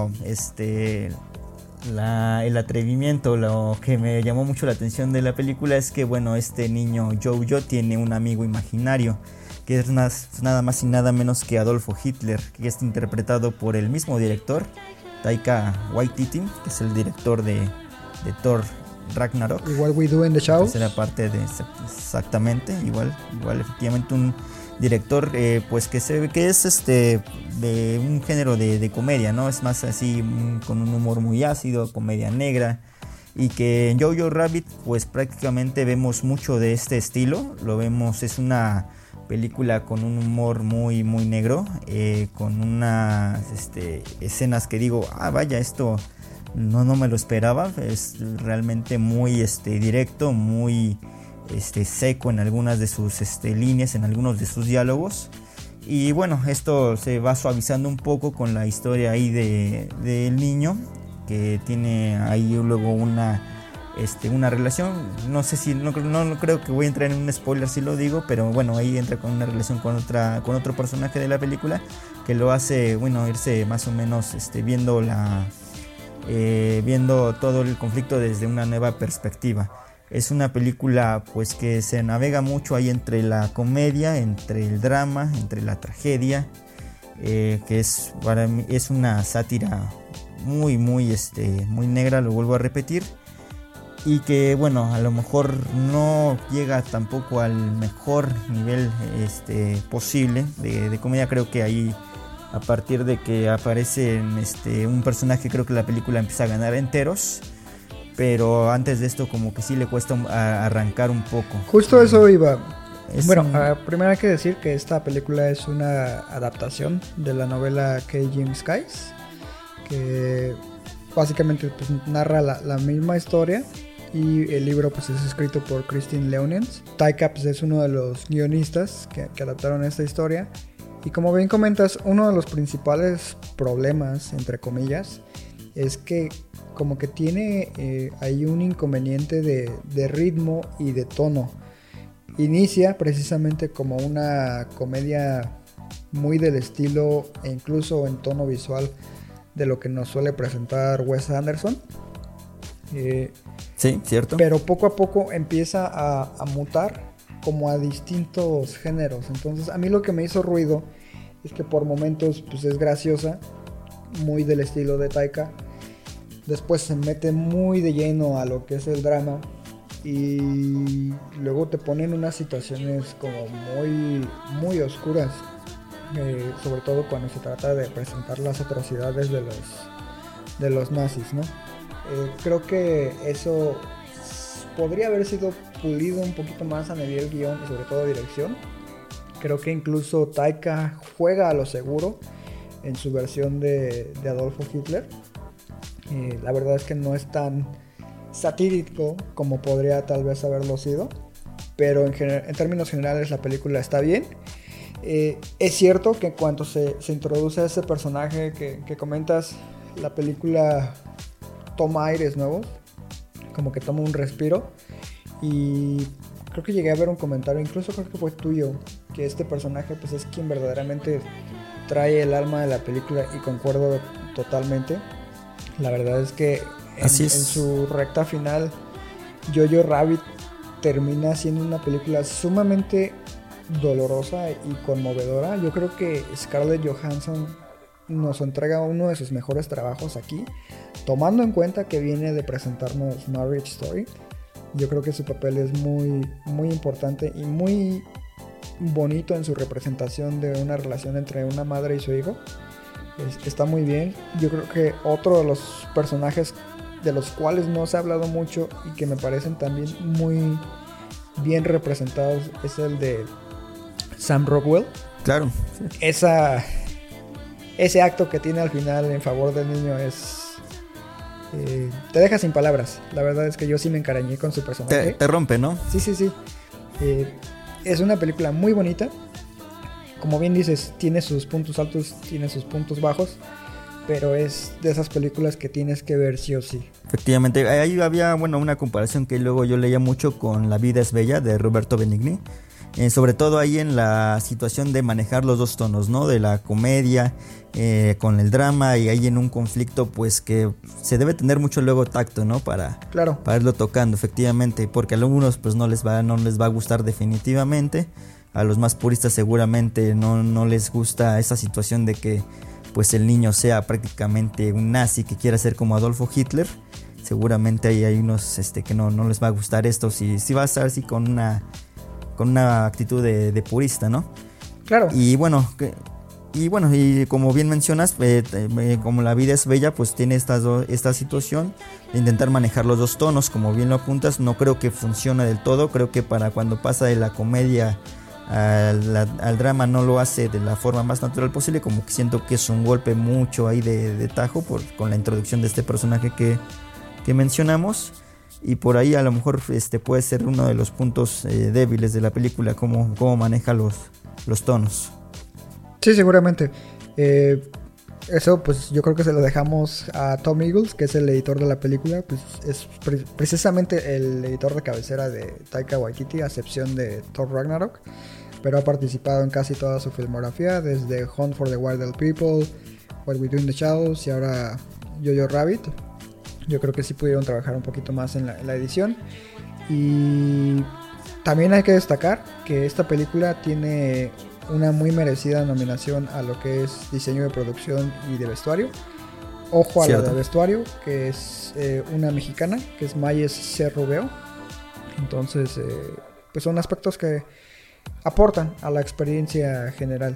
el atrevimiento, lo que me llamó mucho la atención de la película es que bueno, este niño Jojo tiene un amigo imaginario, que es nada más y nada menos que Adolfo Hitler, que es interpretado por el mismo director, Taika Waititi, que es el director de Thor Ragnarok. Igual We Do in the Shadows. Tercera parte exactamente, igual efectivamente un director pues que se ve que es de un género de comedia, ¿no? Es más así con un humor muy ácido, comedia negra. Y que en Jojo Rabbit pues prácticamente vemos mucho de este estilo. Lo vemos, es una película con un humor muy muy negro, con unas escenas que digo, vaya, esto no me lo esperaba. Es realmente muy directo, muy seco en algunas de sus líneas, en algunos de sus diálogos. Y bueno, esto se va suavizando un poco con la historia ahí del niño, que tiene ahí luego una relación, no sé si, no creo que voy a entrar en un spoiler si lo digo, pero bueno, ahí entra con una relación con otro personaje de la película, que lo hace, bueno, irse más o menos viendo todo el conflicto desde una nueva perspectiva. Es una película pues que se navega mucho ahí entre la comedia, entre el drama, entre la tragedia, que es para mí es una sátira muy negra, lo vuelvo a repetir, y que bueno, a lo mejor no llega tampoco al mejor nivel posible de comedia. Creo que ahí, a partir de que aparece un personaje, creo que la película empieza a ganar enteros, pero antes de esto como que sí le cuesta arrancar un poco. Justo eso iba. Primero hay que decir que esta película es una adaptación de la novela Caging Skies, que básicamente pues, narra la misma historia, y el libro pues es escrito por Christine Leonens. Taika pues, es uno de los guionistas que adaptaron esta historia, y como bien comentas, uno de los principales problemas, entre comillas, es que como que tiene ahí un inconveniente de ritmo y de tono. Inicia precisamente como una comedia muy del estilo e incluso en tono visual de lo que nos suele presentar Wes Anderson. Sí, cierto. Pero poco a poco empieza a mutar como a distintos géneros. Entonces a mí lo que me hizo ruido es que por momentos pues es graciosa, muy del estilo de Taika. Después se mete muy de lleno a lo que es el drama, y luego te ponen unas situaciones como muy, muy oscuras, sobre todo cuando se trata de presentar las atrocidades de los nazis, ¿no? Creo que eso podría haber sido pulido un poquito más a nivel guión y sobre todo dirección. Creo que incluso Taika juega a lo seguro en su versión de Adolfo Hitler. La verdad es que no es tan satírico como podría tal vez haberlo sido, pero en términos generales la película está bien. Es cierto que cuando se introduce a ese personaje que comentas, la película toma aires nuevos, como que toma un respiro. Y creo que llegué a ver un comentario, incluso creo que fue tuyo, que este personaje pues es quien verdaderamente trae el alma de la película, y concuerdo totalmente. La verdad es que en su recta final, Jojo Rabbit termina siendo una película sumamente dolorosa y conmovedora. Yo creo que Scarlett Johansson nos entrega uno de sus mejores trabajos aquí, tomando en cuenta que viene de presentarnos Marriage Story. Yo creo que su papel es muy, muy importante y muy bonito en su representación de una relación entre una madre y su hijo. Está muy bien. Yo creo que otro de los personajes de los cuales no se ha hablado mucho y que me parecen también muy bien representados es el de Sam Rockwell. Claro. Sí. Ese acto que tiene al final en favor del niño es... te deja sin palabras. La verdad es que yo sí me encariñé con su personaje. Te rompe, ¿no? Sí. Es una película muy bonita. Como bien dices, tiene sus puntos altos, tiene sus puntos bajos, pero es de esas películas que tienes que ver sí o sí. Efectivamente, ahí había una comparación que luego yo leía mucho con La vida es bella de Roberto Benigni. Sobre todo ahí en la situación de manejar los dos tonos, ¿no? De la comedia con el drama, y ahí en un conflicto pues que se debe tener mucho luego tacto, ¿no? Para irlo tocando, efectivamente, porque a algunos pues no les va a gustar definitivamente. A los más puristas seguramente no les gusta esa situación de que pues el niño sea prácticamente un nazi que quiera ser como Adolfo Hitler. Seguramente ahí hay unos que no les va a gustar esto, si va a estar así con una actitud de purista, ¿no? Claro. Y como bien mencionas, como La vida es bella, pues tiene esta situación de intentar manejar los dos tonos, como bien lo apuntas. No creo que funcione del todo. Creo que para cuando pasa de la comedia al drama no lo hace de la forma más natural posible. Como que siento que es un golpe mucho ahí de tajo con la introducción de este personaje que mencionamos. Y por ahí a lo mejor puede ser uno de los puntos débiles de la película, cómo maneja los tonos. Sí, seguramente. Eso pues yo creo que se lo dejamos a Tom Eagles, que es el editor de la película. Pues es precisamente el editor de cabecera de Taika Waititi, a excepción de Thor Ragnarok, pero ha participado en casi toda su filmografía, desde Hunt for the Wilder People, What We Do in the Shadows y ahora Jojo Rabbit. Yo creo que sí pudieron trabajar un poquito más en la edición. Y también hay que destacar que esta película tiene una muy merecida nominación a lo que es diseño de producción y de vestuario. Ojo a la de vestuario, que es una mexicana, que es Mayes C. Rubeo. Entonces, pues son aspectos que aportan a la experiencia general.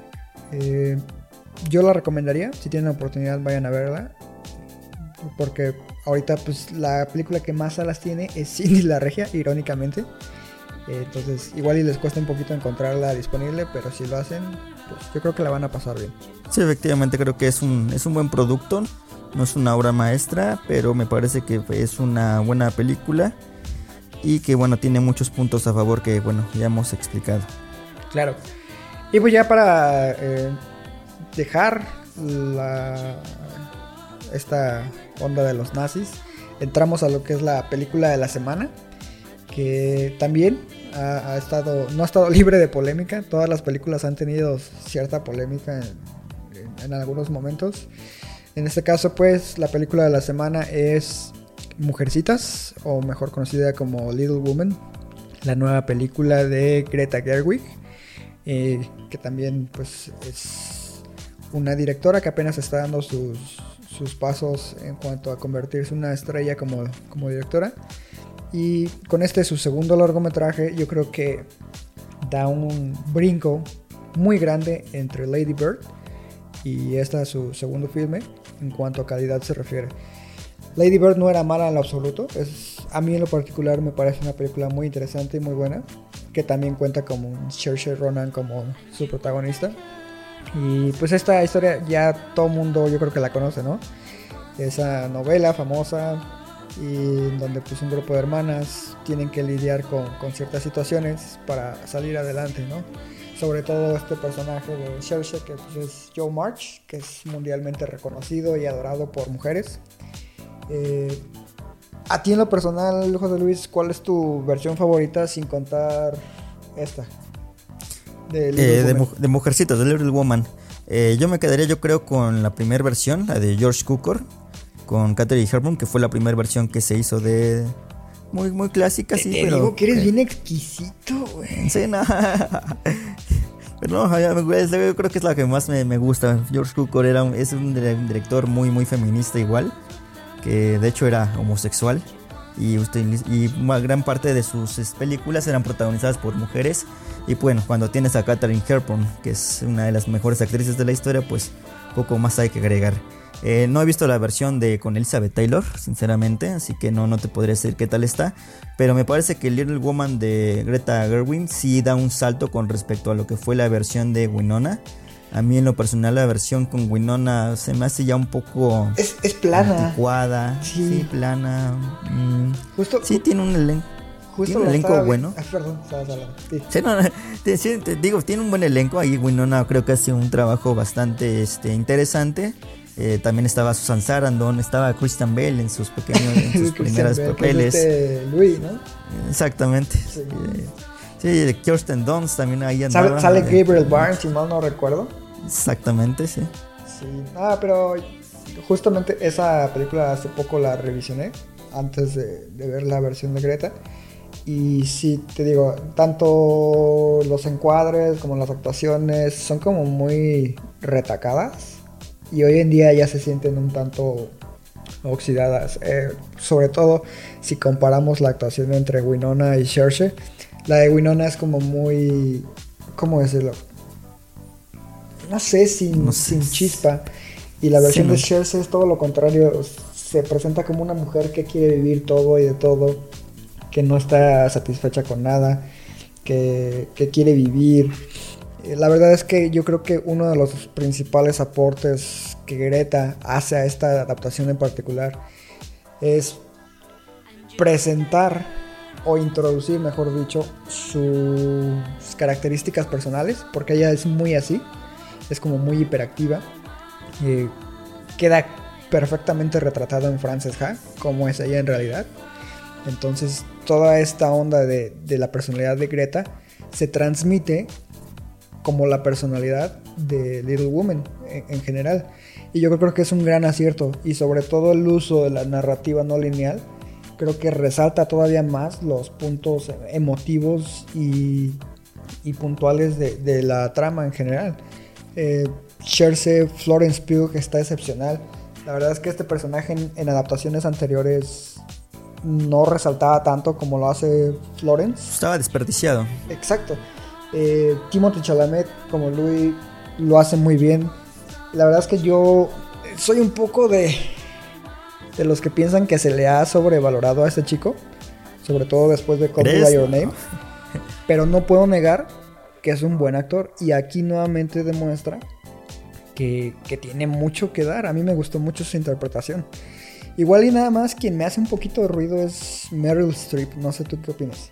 Yo la recomendaría, si tienen la oportunidad vayan a verla, porque ahorita pues la película que más salas tiene es Cindy la Regia, irónicamente. Entonces igual y les cuesta un poquito encontrarla disponible, pero si lo hacen, pues yo creo que la van a pasar bien. Sí, efectivamente creo que es un buen producto. No es una obra maestra, pero me parece que es una buena película y que tiene muchos puntos a favor que ya hemos explicado. Claro. Y pues ya para dejar esta onda de los nazis, entramos a lo que es la película de la semana, que también no ha estado libre de polémica. Todas las películas han tenido cierta polémica en algunos momentos. En este caso pues la película de la semana es Mujercitas, o mejor conocida como Little Women, la nueva película de Greta Gerwig, que también pues es una directora que apenas está dando sus pasos en cuanto a convertirse en una estrella como directora. Y con su segundo largometraje, yo creo que da un brinco muy grande entre Lady Bird y su segundo filme en cuanto a calidad se refiere. Lady Bird no era mala en lo absoluto. A mí en lo particular me parece una película muy interesante y muy buena, que también cuenta con Saoirse Ronan como su protagonista. Y pues esta historia ya todo el mundo yo creo que la conoce, ¿no? Esa novela famosa, y donde pues un grupo de hermanas tienen que lidiar con ciertas situaciones para salir adelante, ¿no? Sobre todo este personaje de Saoirse, que pues es Joe March, que es mundialmente reconocido y adorado por mujeres. A ti en lo personal, José Luis, ¿cuál es tu versión favorita sin contar esta? De Mujercitas, de Little Woman. Yo me quedaría, yo creo, con la primera versión, la de George Cukor, con Katharine Hepburn, que fue la primera versión que se hizo de... Muy, muy clásica, sí, te pero... digo que eres bien exquisito, güey. Sí, no. Pero no, yo creo que es la que más me gusta. George Cukor es un director muy, muy feminista igual, que de hecho era homosexual. Y gran parte de sus películas eran protagonizadas por mujeres. Y bueno, cuando tienes a Katharine Hepburn, que es una de las mejores actrices de la historia, pues poco más hay que agregar. No he visto la versión con Elizabeth Taylor, sinceramente, así que no te podría decir qué tal está. Pero me parece que Little Woman de Greta Gerwig sí da un salto con respecto a lo que fue la versión de Winona. A mí en lo personal la versión con Winona se me hace ya un poco... Es plana. Anticuada, sí plana. Justo, sí, tiene un elenco. Tiene un elenco bueno. Perdón, estabas hablando. Sí. Sí, te digo, tiene un buen elenco. Ahí Winona creo que hace un trabajo bastante interesante. También estaba Susan Sarandon, estaba Christian Bale en sus primeros papeles. Louis, ¿no? Exactamente. Sí, Kirsten Dunst también ahí andaba. Sale Gabriel Byrne, si mal no recuerdo. Exactamente, sí. Sí, pero justamente esa película hace poco la revisioné antes de ver la versión de Greta. Y sí, te digo, tanto los encuadres como las actuaciones son como muy retacadas. Y hoy en día ya se sienten un tanto oxidadas. Sobre todo si comparamos la actuación entre Winona y Saoirse. La de Winona es como muy... ¿Cómo decirlo? No sé, sin chispa. Y la versión de Saoirse es todo lo contrario. Se presenta como una mujer que quiere vivir todo y de todo. Que no está satisfecha con nada. Que quiere vivir. La verdad es que yo creo que uno de los principales aportes que Greta hace a esta adaptación en particular es presentar o introducir, mejor dicho, sus características personales, porque ella es muy así, es como muy hiperactiva. Queda perfectamente retratado en Frances Ha, como es ella en realidad. Entonces toda esta onda de la personalidad de Greta se transmite como la personalidad de Little Woman en general. Y yo creo que es un gran acierto. Y sobre todo el uso de la narrativa no lineal, creo que resalta todavía más los puntos emotivos y puntuales de la trama en general. Florence Pugh está excepcional. La verdad es que este personaje en adaptaciones anteriores no resaltaba tanto como lo hace Florence. Estaba desperdiciado. Exacto. Timothée Chalamet como Louis lo hace muy bien. La verdad es que yo soy un poco de los que piensan que se le ha sobrevalorado a este chico, sobre todo después de Call Me By Your Name, pero no puedo negar que es un buen actor y aquí nuevamente demuestra que tiene mucho que dar. A mí me gustó mucho su interpretación. Igual y nada más quien me hace un poquito de ruido es Meryl Streep. No sé tú qué opinas.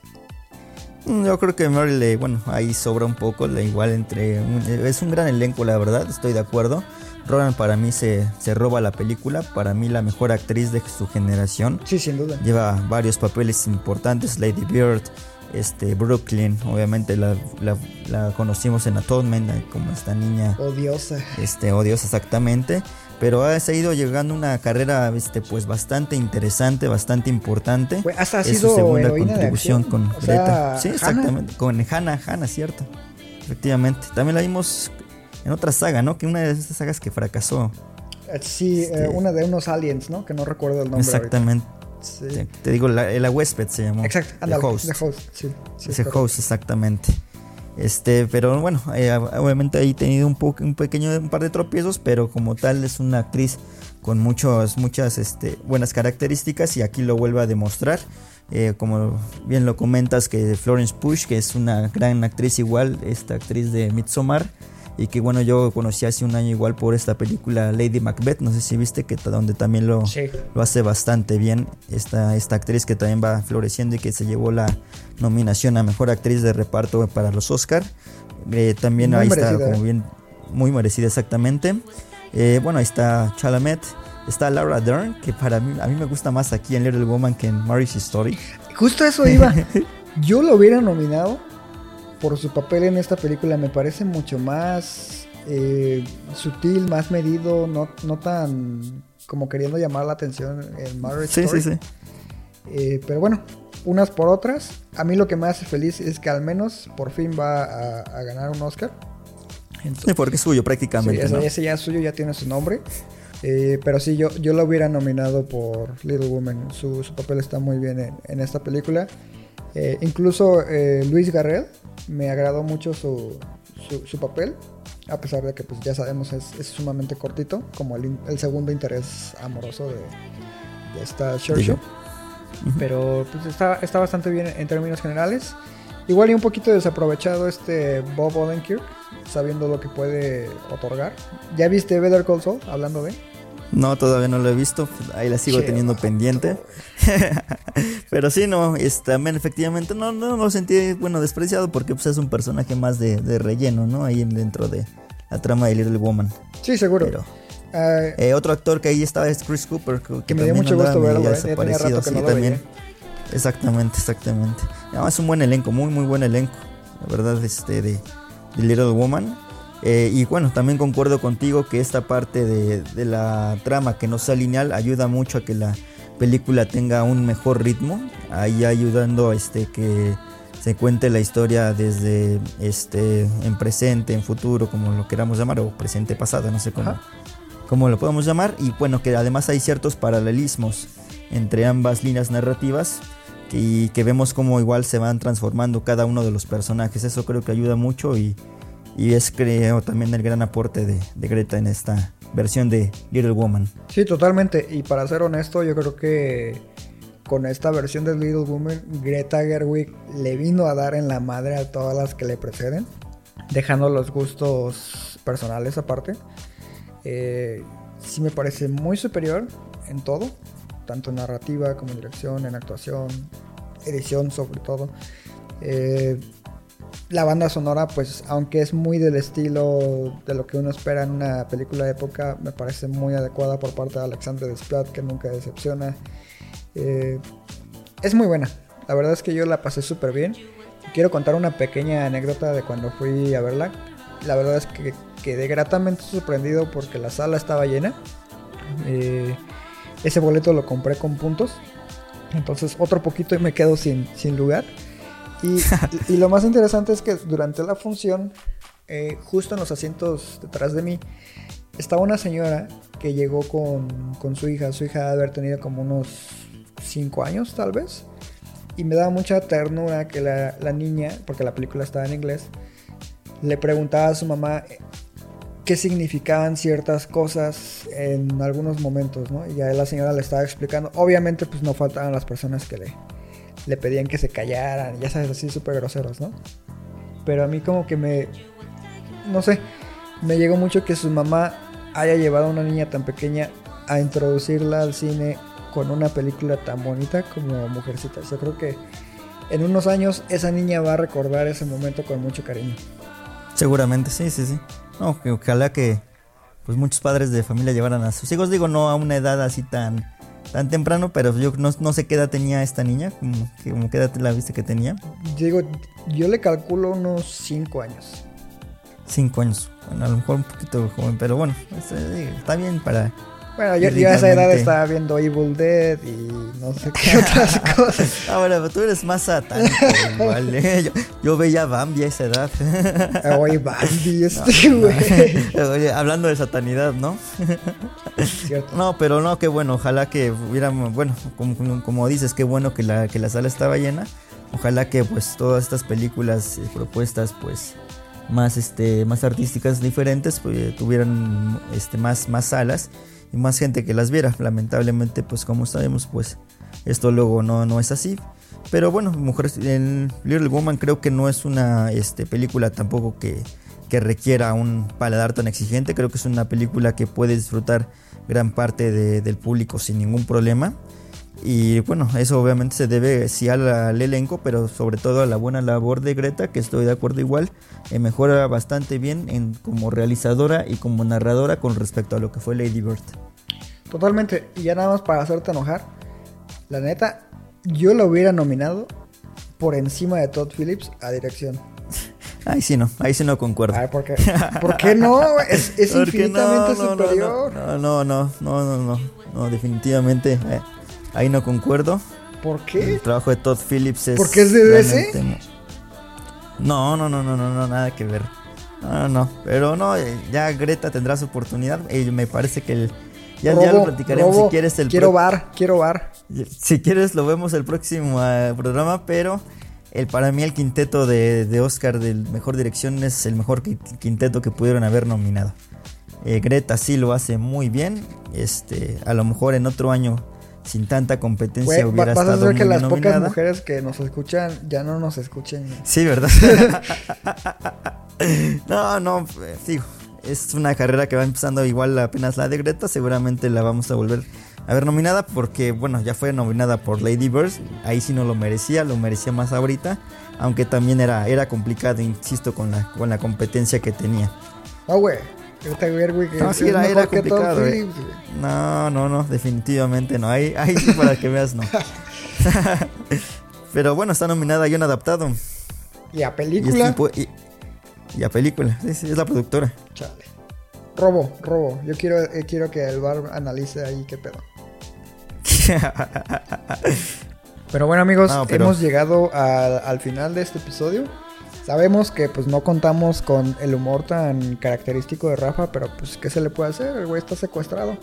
Yo creo que Meryl, ahí sobra un poco, igual es un gran elenco, la verdad, estoy de acuerdo. Ronan para mí se roba la película, para mí la mejor actriz de su generación. Sí, sin duda. Lleva varios papeles importantes, Lady Bird, Brooklyn, obviamente la conocimos en Atonement, como esta niña odiosa. Odiosa exactamente. Pero ha seguido llegando una carrera pues bastante interesante, bastante importante. Hasta ha sido su segunda contribución con Greta. Sí, Hannah. exactamente. Con Hannah, cierto. Efectivamente. También la vimos en otra saga, ¿no? Que una de esas sagas que fracasó. Sí, una de unos aliens, ¿no? Que no recuerdo el nombre. Exactamente. Sí. Te digo, la huésped se llamó. Exacto, The Host. Sí, The Host, exactamente. Pero bueno, obviamente ahí ha tenido un par de tropiezos, pero como tal es una actriz con muchas buenas características y aquí lo vuelve a demostrar. Como bien lo comentas, que Florence Pugh, que es una gran actriz igual, esta actriz de Midsommar, y que bueno, yo conocí hace un año igual por esta película Lady Macbeth, no sé si viste, que donde también lo hace bastante bien esta actriz, que también va floreciendo y que se llevó la nominación a Mejor Actriz de Reparto para los Oscar. También muy ahí merecida, está como bien, muy merecida exactamente. Bueno, ahí está Chalamet, Está Laura Dern, que a mí me gusta más aquí en Little Woman que en Marriage Story. Justo eso iba. Yo lo hubiera nominado por su papel en esta película. Me parece mucho más sutil, más medido, no tan como queriendo llamar la atención en Marriage Story. Sí. Pero bueno, unas por otras. A mí lo que me hace feliz es que al menos por fin va a ganar un Oscar. Entonces, porque es suyo prácticamente. Sí, ¿no? ese ya es suyo, ya tiene su nombre. Pero sí, yo lo hubiera nominado por Little Woman. Su papel está muy bien en esta película. Incluso Luis Garrel me agradó mucho su papel. A pesar de que pues ya sabemos es sumamente cortito, como el segundo interés amoroso de esta Saoirse. Pero pues está bastante bien en términos generales. Igual y un poquito desaprovechado Bob Odenkirk, sabiendo lo que puede otorgar. ¿Ya viste Better Call Saul? Hablando de... No, todavía no lo he visto. Ahí la sigo teniendo pendiente. Pero sí, no, también efectivamente no lo sentí, despreciado porque pues, es un personaje más de relleno, ¿no? Ahí dentro de la trama de Little Woman. Sí, seguro. Pero, otro actor que ahí estaba es Chris Cooper, que me dio mucho gusto verlo, ya tenía rato que no lo también. Veía. Exactamente. Además, es un buen elenco, muy muy buen elenco, la verdad, de Little Woman. Y bueno, también concuerdo contigo que esta parte de la trama que no sea lineal ayuda mucho a que la película tenga un mejor ritmo, ahí ayudando que se cuente la historia desde en presente, en futuro, como lo queramos llamar, o presente pasado, no sé cómo lo podemos llamar. Y bueno, que además hay ciertos paralelismos entre ambas líneas narrativas y que vemos cómo igual se van transformando cada uno de los personajes. Eso creo que ayuda mucho y es, creo, también el gran aporte de Greta en esta versión de Little Woman. Sí, totalmente. Y para ser honesto, yo creo que con esta versión de Little Woman, Greta Gerwig le vino a dar en la madre a todas las que le preceden, dejando los gustos personales aparte. Sí me parece muy superior en todo, tanto en narrativa como en dirección, en actuación, edición sobre todo. La banda sonora, pues aunque es muy del estilo de lo que uno espera en una película de época, me parece muy adecuada por parte de Alexandre Desplat, que nunca decepciona. Es muy buena, la verdad es que yo la pasé súper bien. Quiero contar una pequeña anécdota de cuando fui a verla. La verdad es que quedé gratamente sorprendido porque la sala estaba llena. Ese boleto lo compré con puntos, entonces otro poquito y me quedo sin lugar. Y lo más interesante es que durante la función, justo en los asientos detrás de mí, estaba una señora que llegó con su hija. Su hija debe haber tenido como unos 5 años tal vez. Y me daba mucha ternura que la niña, porque la película estaba en inglés, le preguntaba a su mamá qué significaban ciertas cosas en algunos momentos, ¿no? Y a la señora le estaba explicando. Obviamente pues no faltaban las personas que le pedían que se callaran, ya sabes, así súper groseros, ¿no? Pero a mí como que me llegó mucho que su mamá haya llevado a una niña tan pequeña a introducirla al cine con una película tan bonita como Mujercitas. Yo creo que en unos años esa niña va a recordar ese momento con mucho cariño. Seguramente, sí. No, que ojalá que pues muchos padres de familia llevaran a sus hijos, digo, no a una edad así tan temprano, pero yo no sé qué edad tenía esta niña, como qué edad la viste que tenía. Digo, yo le calculo unos 5 años. 5 años, bueno, a lo mejor un poquito joven, pero bueno, está bien para... Bueno, yo a esa edad estaba viendo Evil Dead y no sé qué otras cosas. Ah, bueno, pero tú eres más satánico igual, ¿eh? Yo veía Bambi a esa edad. Oye, Bambi, güey. Oye, hablando de satanidad, ¿no? Cierto. No, pero no, qué bueno, ojalá que hubiéramos, bueno, como dices, qué bueno que la sala estaba llena. Ojalá que pues todas estas películas propuestas pues más artísticas diferentes pues, tuvieran más salas y más gente que las viera. Lamentablemente pues como sabemos pues esto luego no es así, pero bueno, en Little Woman creo que no es una película tampoco que requiera un paladar tan exigente. Creo que es una película que puede disfrutar gran parte del público sin ningún problema. Y bueno, eso obviamente se debe sí al elenco, pero sobre todo a la buena labor de Greta, que estoy de acuerdo igual, mejora bastante bien como realizadora y como narradora con respecto a lo que fue Lady Bird. Totalmente. Y ya nada más para hacerte enojar. La neta, yo lo hubiera nominado por encima de Todd Phillips a dirección. Ahí sí no concuerdo. Ay, ¿por qué no? Es infinitamente superior. No, definitivamente ahí no concuerdo. ¿Por qué? El trabajo de Todd Phillips es... ¿Por qué es de DC? No, nada que ver. No, pero no, ya Greta tendrá su oportunidad. Me parece que ya lo platicaremos si quieres. Quiero bar. Si quieres lo vemos el próximo programa, pero para mí el quinteto de Oscar de mejor dirección es el mejor quinteto que pudieron haber nominado. Greta sí lo hace muy bien. A lo mejor en otro año sin tanta competencia hubiera estado muy bien nominada. Vas a hacer que las pocas mujeres que nos escuchan ya no nos escuchen. Sí, ¿verdad? No, digo, es una carrera que va empezando igual apenas la de Greta. Seguramente la vamos a volver a ver nominada porque, bueno, ya fue nominada por Lady Bird. Ahí sí no lo merecía más ahorita. Aunque también era complicado, insisto, con la competencia que tenía. Güey. No, sí, era complicado. No, definitivamente no. Ahí sí, para que veas, no. Pero bueno, está nominada a guión adaptado. ¿Y a película? Y a película, sí, es la productora. Chale. Robo. Yo quiero que el bar analice ahí qué pedo. Pero bueno, amigos, hemos llegado al final de este episodio. Sabemos que pues no contamos con el humor tan característico de Rafa, pero pues ¿qué se le puede hacer? El güey está secuestrado.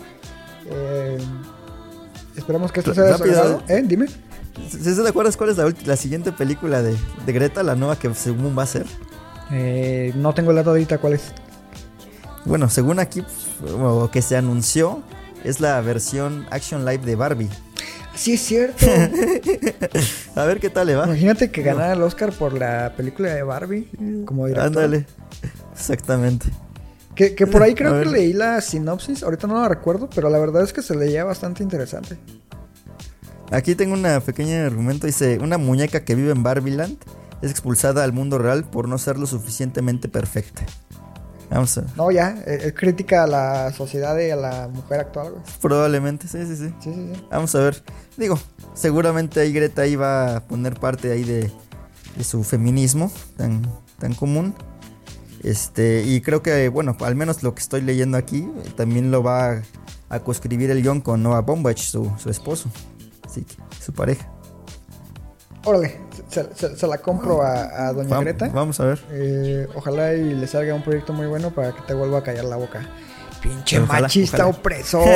Esperamos que esto sea desagradable. Dime. ¿Sí te acuerdas cuál es la siguiente película de Greta, la nueva que según va a ser? No tengo la todita, ¿cuál es? Bueno, según aquí, o que se anunció, es la versión Action Live de Barbie. Sí, es cierto. A ver qué tal le va. Imagínate que ganara el Oscar por la película de Barbie como director. Ándale, exactamente. Que por ahí creo que leí la sinopsis, ahorita no la recuerdo, pero la verdad es que se leía bastante interesante. Aquí tengo una pequeña argumento, dice: una muñeca que vive en Barbieland es expulsada al mundo real por no ser lo suficientemente perfecta. Vamos a ver. No, ya, es crítica a la sociedad y a la mujer actual, güey. Probablemente, sí. Vamos a ver. Digo, seguramente ahí Greta iba a poner parte ahí de su feminismo tan común. Y creo que, bueno, al menos lo que estoy leyendo aquí, también lo va a coescribir el guión con Noah Baumbach, su esposo. Así que, su pareja. Órale, se la compro a doña Greta. Vamos a ver. Ojalá y le salga un proyecto muy bueno para que te vuelva a callar la boca. Pinche machista opresor.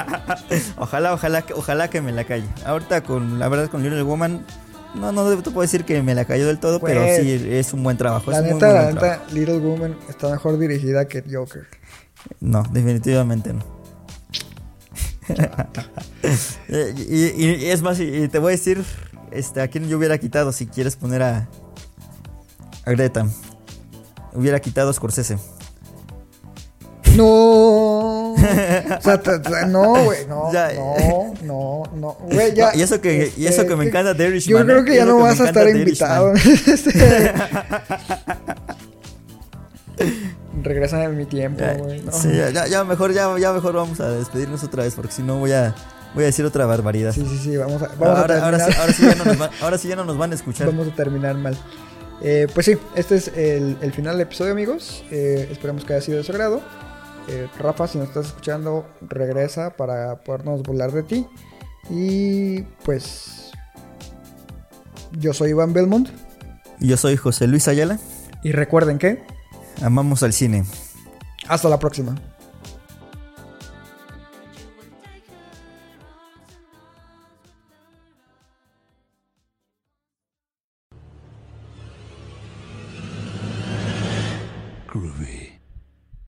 Ojalá que me la calle. Ahorita la verdad con Little Woman no te puedo decir que me la cayó del todo, pues, pero sí es un buen trabajo. La neta, Little Woman está mejor dirigida que Joker. No, definitivamente no. y es más, y te voy a decir a quién yo hubiera quitado si quieres poner a Greta. Hubiera quitado a Scorsese. No. O sea, no, güey, no, güey, ya. Y eso que me encanta The Irishman. Yo creo que ya no vas a estar invitado. Regresan en mi tiempo, güey. No. Sí, ya mejor vamos a despedirnos otra vez, porque si no voy a decir otra barbaridad. Sí, vamos a terminar. Ahora sí ya no nos van a escuchar. Vamos a terminar mal. Pues sí, este es el final del episodio, amigos. Esperamos que haya sido de su agrado. Rafa, si nos estás escuchando, regresa para podernos burlar de ti. Y pues yo soy Iván Belmont. Y yo soy José Luis Ayala. Y recuerden que amamos al cine. Hasta la próxima. Groovy.